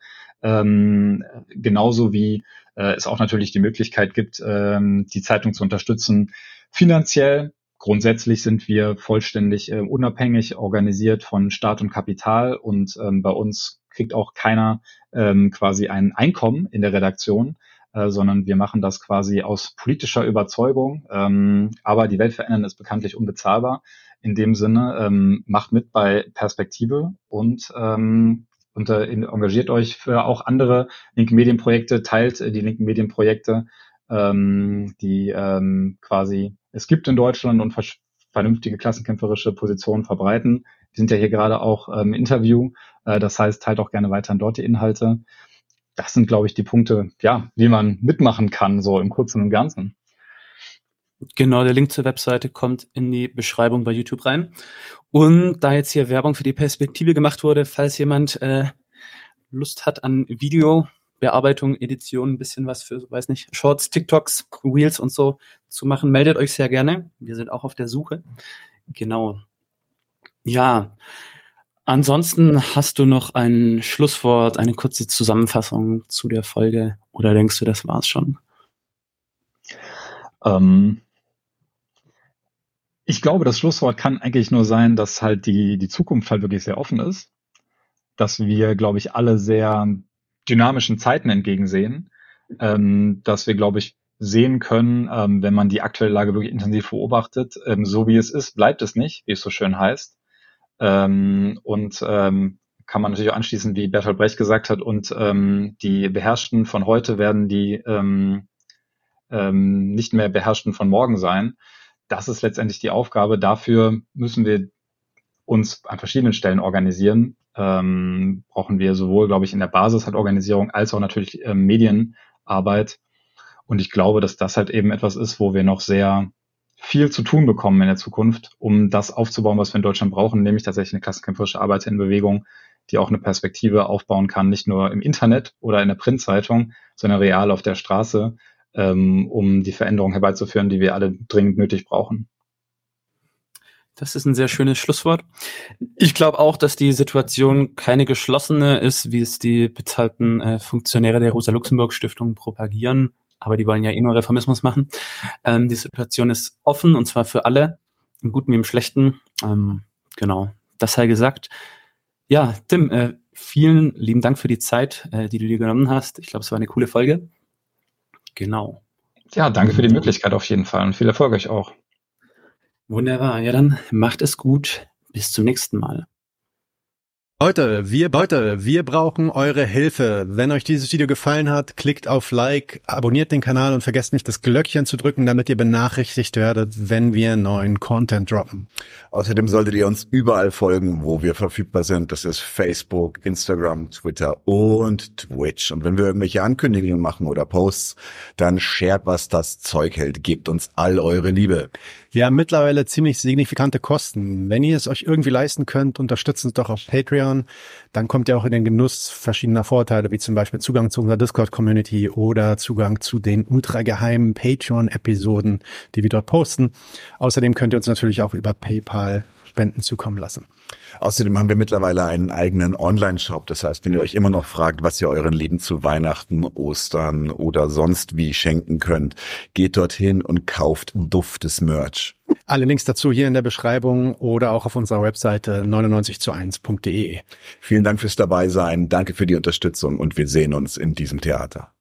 Genauso wie es auch natürlich die Möglichkeit gibt, die Zeitung zu unterstützen finanziell. Grundsätzlich sind wir vollständig unabhängig organisiert von Staat und Kapital, und bei uns kriegt auch keiner quasi ein Einkommen in der Redaktion, sondern wir machen das quasi aus politischer Überzeugung. Aber die Welt verändern ist bekanntlich unbezahlbar. In dem Sinne, macht mit bei Perspektive und engagiert euch für auch andere linke Medienprojekte, teilt die linken Medienprojekte, die quasi es gibt in Deutschland und vernünftige klassenkämpferische Positionen verbreiten. Wir sind ja hier gerade auch im Interview. Das heißt, teilt auch gerne weiterhin dort die Inhalte. Das sind, glaube ich, die Punkte, ja, wie man mitmachen kann, so im Kurzen und Ganzen. Genau, der Link zur Webseite kommt in die Beschreibung bei YouTube rein. Und da jetzt hier Werbung für die Perspektive gemacht wurde, falls jemand Lust hat an Video, Bildbearbeitung, Edition, ein bisschen was für, weiß nicht, Shorts, TikToks, Reels und so zu machen, meldet euch sehr gerne. Wir sind auch auf der Suche. Genau. Ja, ansonsten hast du noch ein Schlusswort, eine kurze Zusammenfassung zu der Folge oder denkst du, das war's schon? Ich glaube, das Schlusswort kann eigentlich nur sein, dass halt die Zukunft halt wirklich sehr offen ist, dass wir, glaube ich, alle sehr dynamischen Zeiten entgegensehen, dass wir, glaube ich, sehen können, wenn man die aktuelle Lage wirklich intensiv beobachtet, so wie es ist, bleibt es nicht, wie es so schön heißt. Kann man natürlich auch anschließen, wie Bertolt Brecht gesagt hat, und die Beherrschten von heute werden die nicht mehr Beherrschten von morgen sein. Das ist letztendlich die Aufgabe. Dafür müssen wir uns an verschiedenen Stellen organisieren. Brauchen wir sowohl, glaube ich, in der Basis halt Organisierung als auch natürlich Medienarbeit. Und ich glaube, dass das halt eben etwas ist, wo wir noch sehr viel zu tun bekommen in der Zukunft, um das aufzubauen, was wir in Deutschland brauchen, nämlich tatsächlich eine klassenkämpferische Arbeiterinnenbewegung, die auch eine Perspektive aufbauen kann, nicht nur im Internet oder in der Printzeitung, sondern real auf der Straße, um die Veränderung herbeizuführen, die wir alle dringend nötig brauchen. Das ist ein sehr schönes Schlusswort. Ich glaube auch, dass die Situation keine geschlossene ist, wie es die bezahlten Funktionäre der Rosa-Luxemburg-Stiftung propagieren. Aber die wollen ja nur Reformismus machen. Die Situation ist offen und zwar für alle, im Guten wie im Schlechten. Genau, das sei gesagt. Ja, Tim, vielen lieben Dank für die Zeit, die du dir genommen hast. Ich glaube, es war eine coole Folge. Genau. Ja, danke für die Möglichkeit auf jeden Fall und viel Erfolg euch auch. Wunderbar. Ja, dann macht es gut. Bis zum nächsten Mal. Leute, wir brauchen eure Hilfe. Wenn euch dieses Video gefallen hat, klickt auf Like, abonniert den Kanal und vergesst nicht, das Glöckchen zu drücken, damit ihr benachrichtigt werdet, wenn wir neuen Content droppen. Außerdem solltet ihr uns überall folgen, wo wir verfügbar sind. Das ist Facebook, Instagram, Twitter und Twitch. Und wenn wir irgendwelche Ankündigungen machen oder Posts, dann shared, was das Zeug hält. Gebt uns all eure Liebe. Wir haben mittlerweile ziemlich signifikante Kosten. Wenn ihr es euch irgendwie leisten könnt, unterstützt uns doch auf Patreon. Dann kommt ihr auch in den Genuss verschiedener Vorteile, wie zum Beispiel Zugang zu unserer Discord-Community oder Zugang zu den ultrageheimen Patreon-Episoden, die wir dort posten. Außerdem könnt ihr uns natürlich auch über PayPal Spenden zukommen lassen. Außerdem haben wir mittlerweile einen eigenen Online-Shop. Das heißt, wenn ihr euch immer noch fragt, was ihr euren Lieben zu Weihnachten, Ostern oder sonst wie schenken könnt, geht dorthin und kauft duftes Merch. Alle Links dazu hier in der Beschreibung oder auch auf unserer Webseite 99zu1.de. Vielen Dank fürs Dabeisein, danke für die Unterstützung und wir sehen uns in diesem Theater.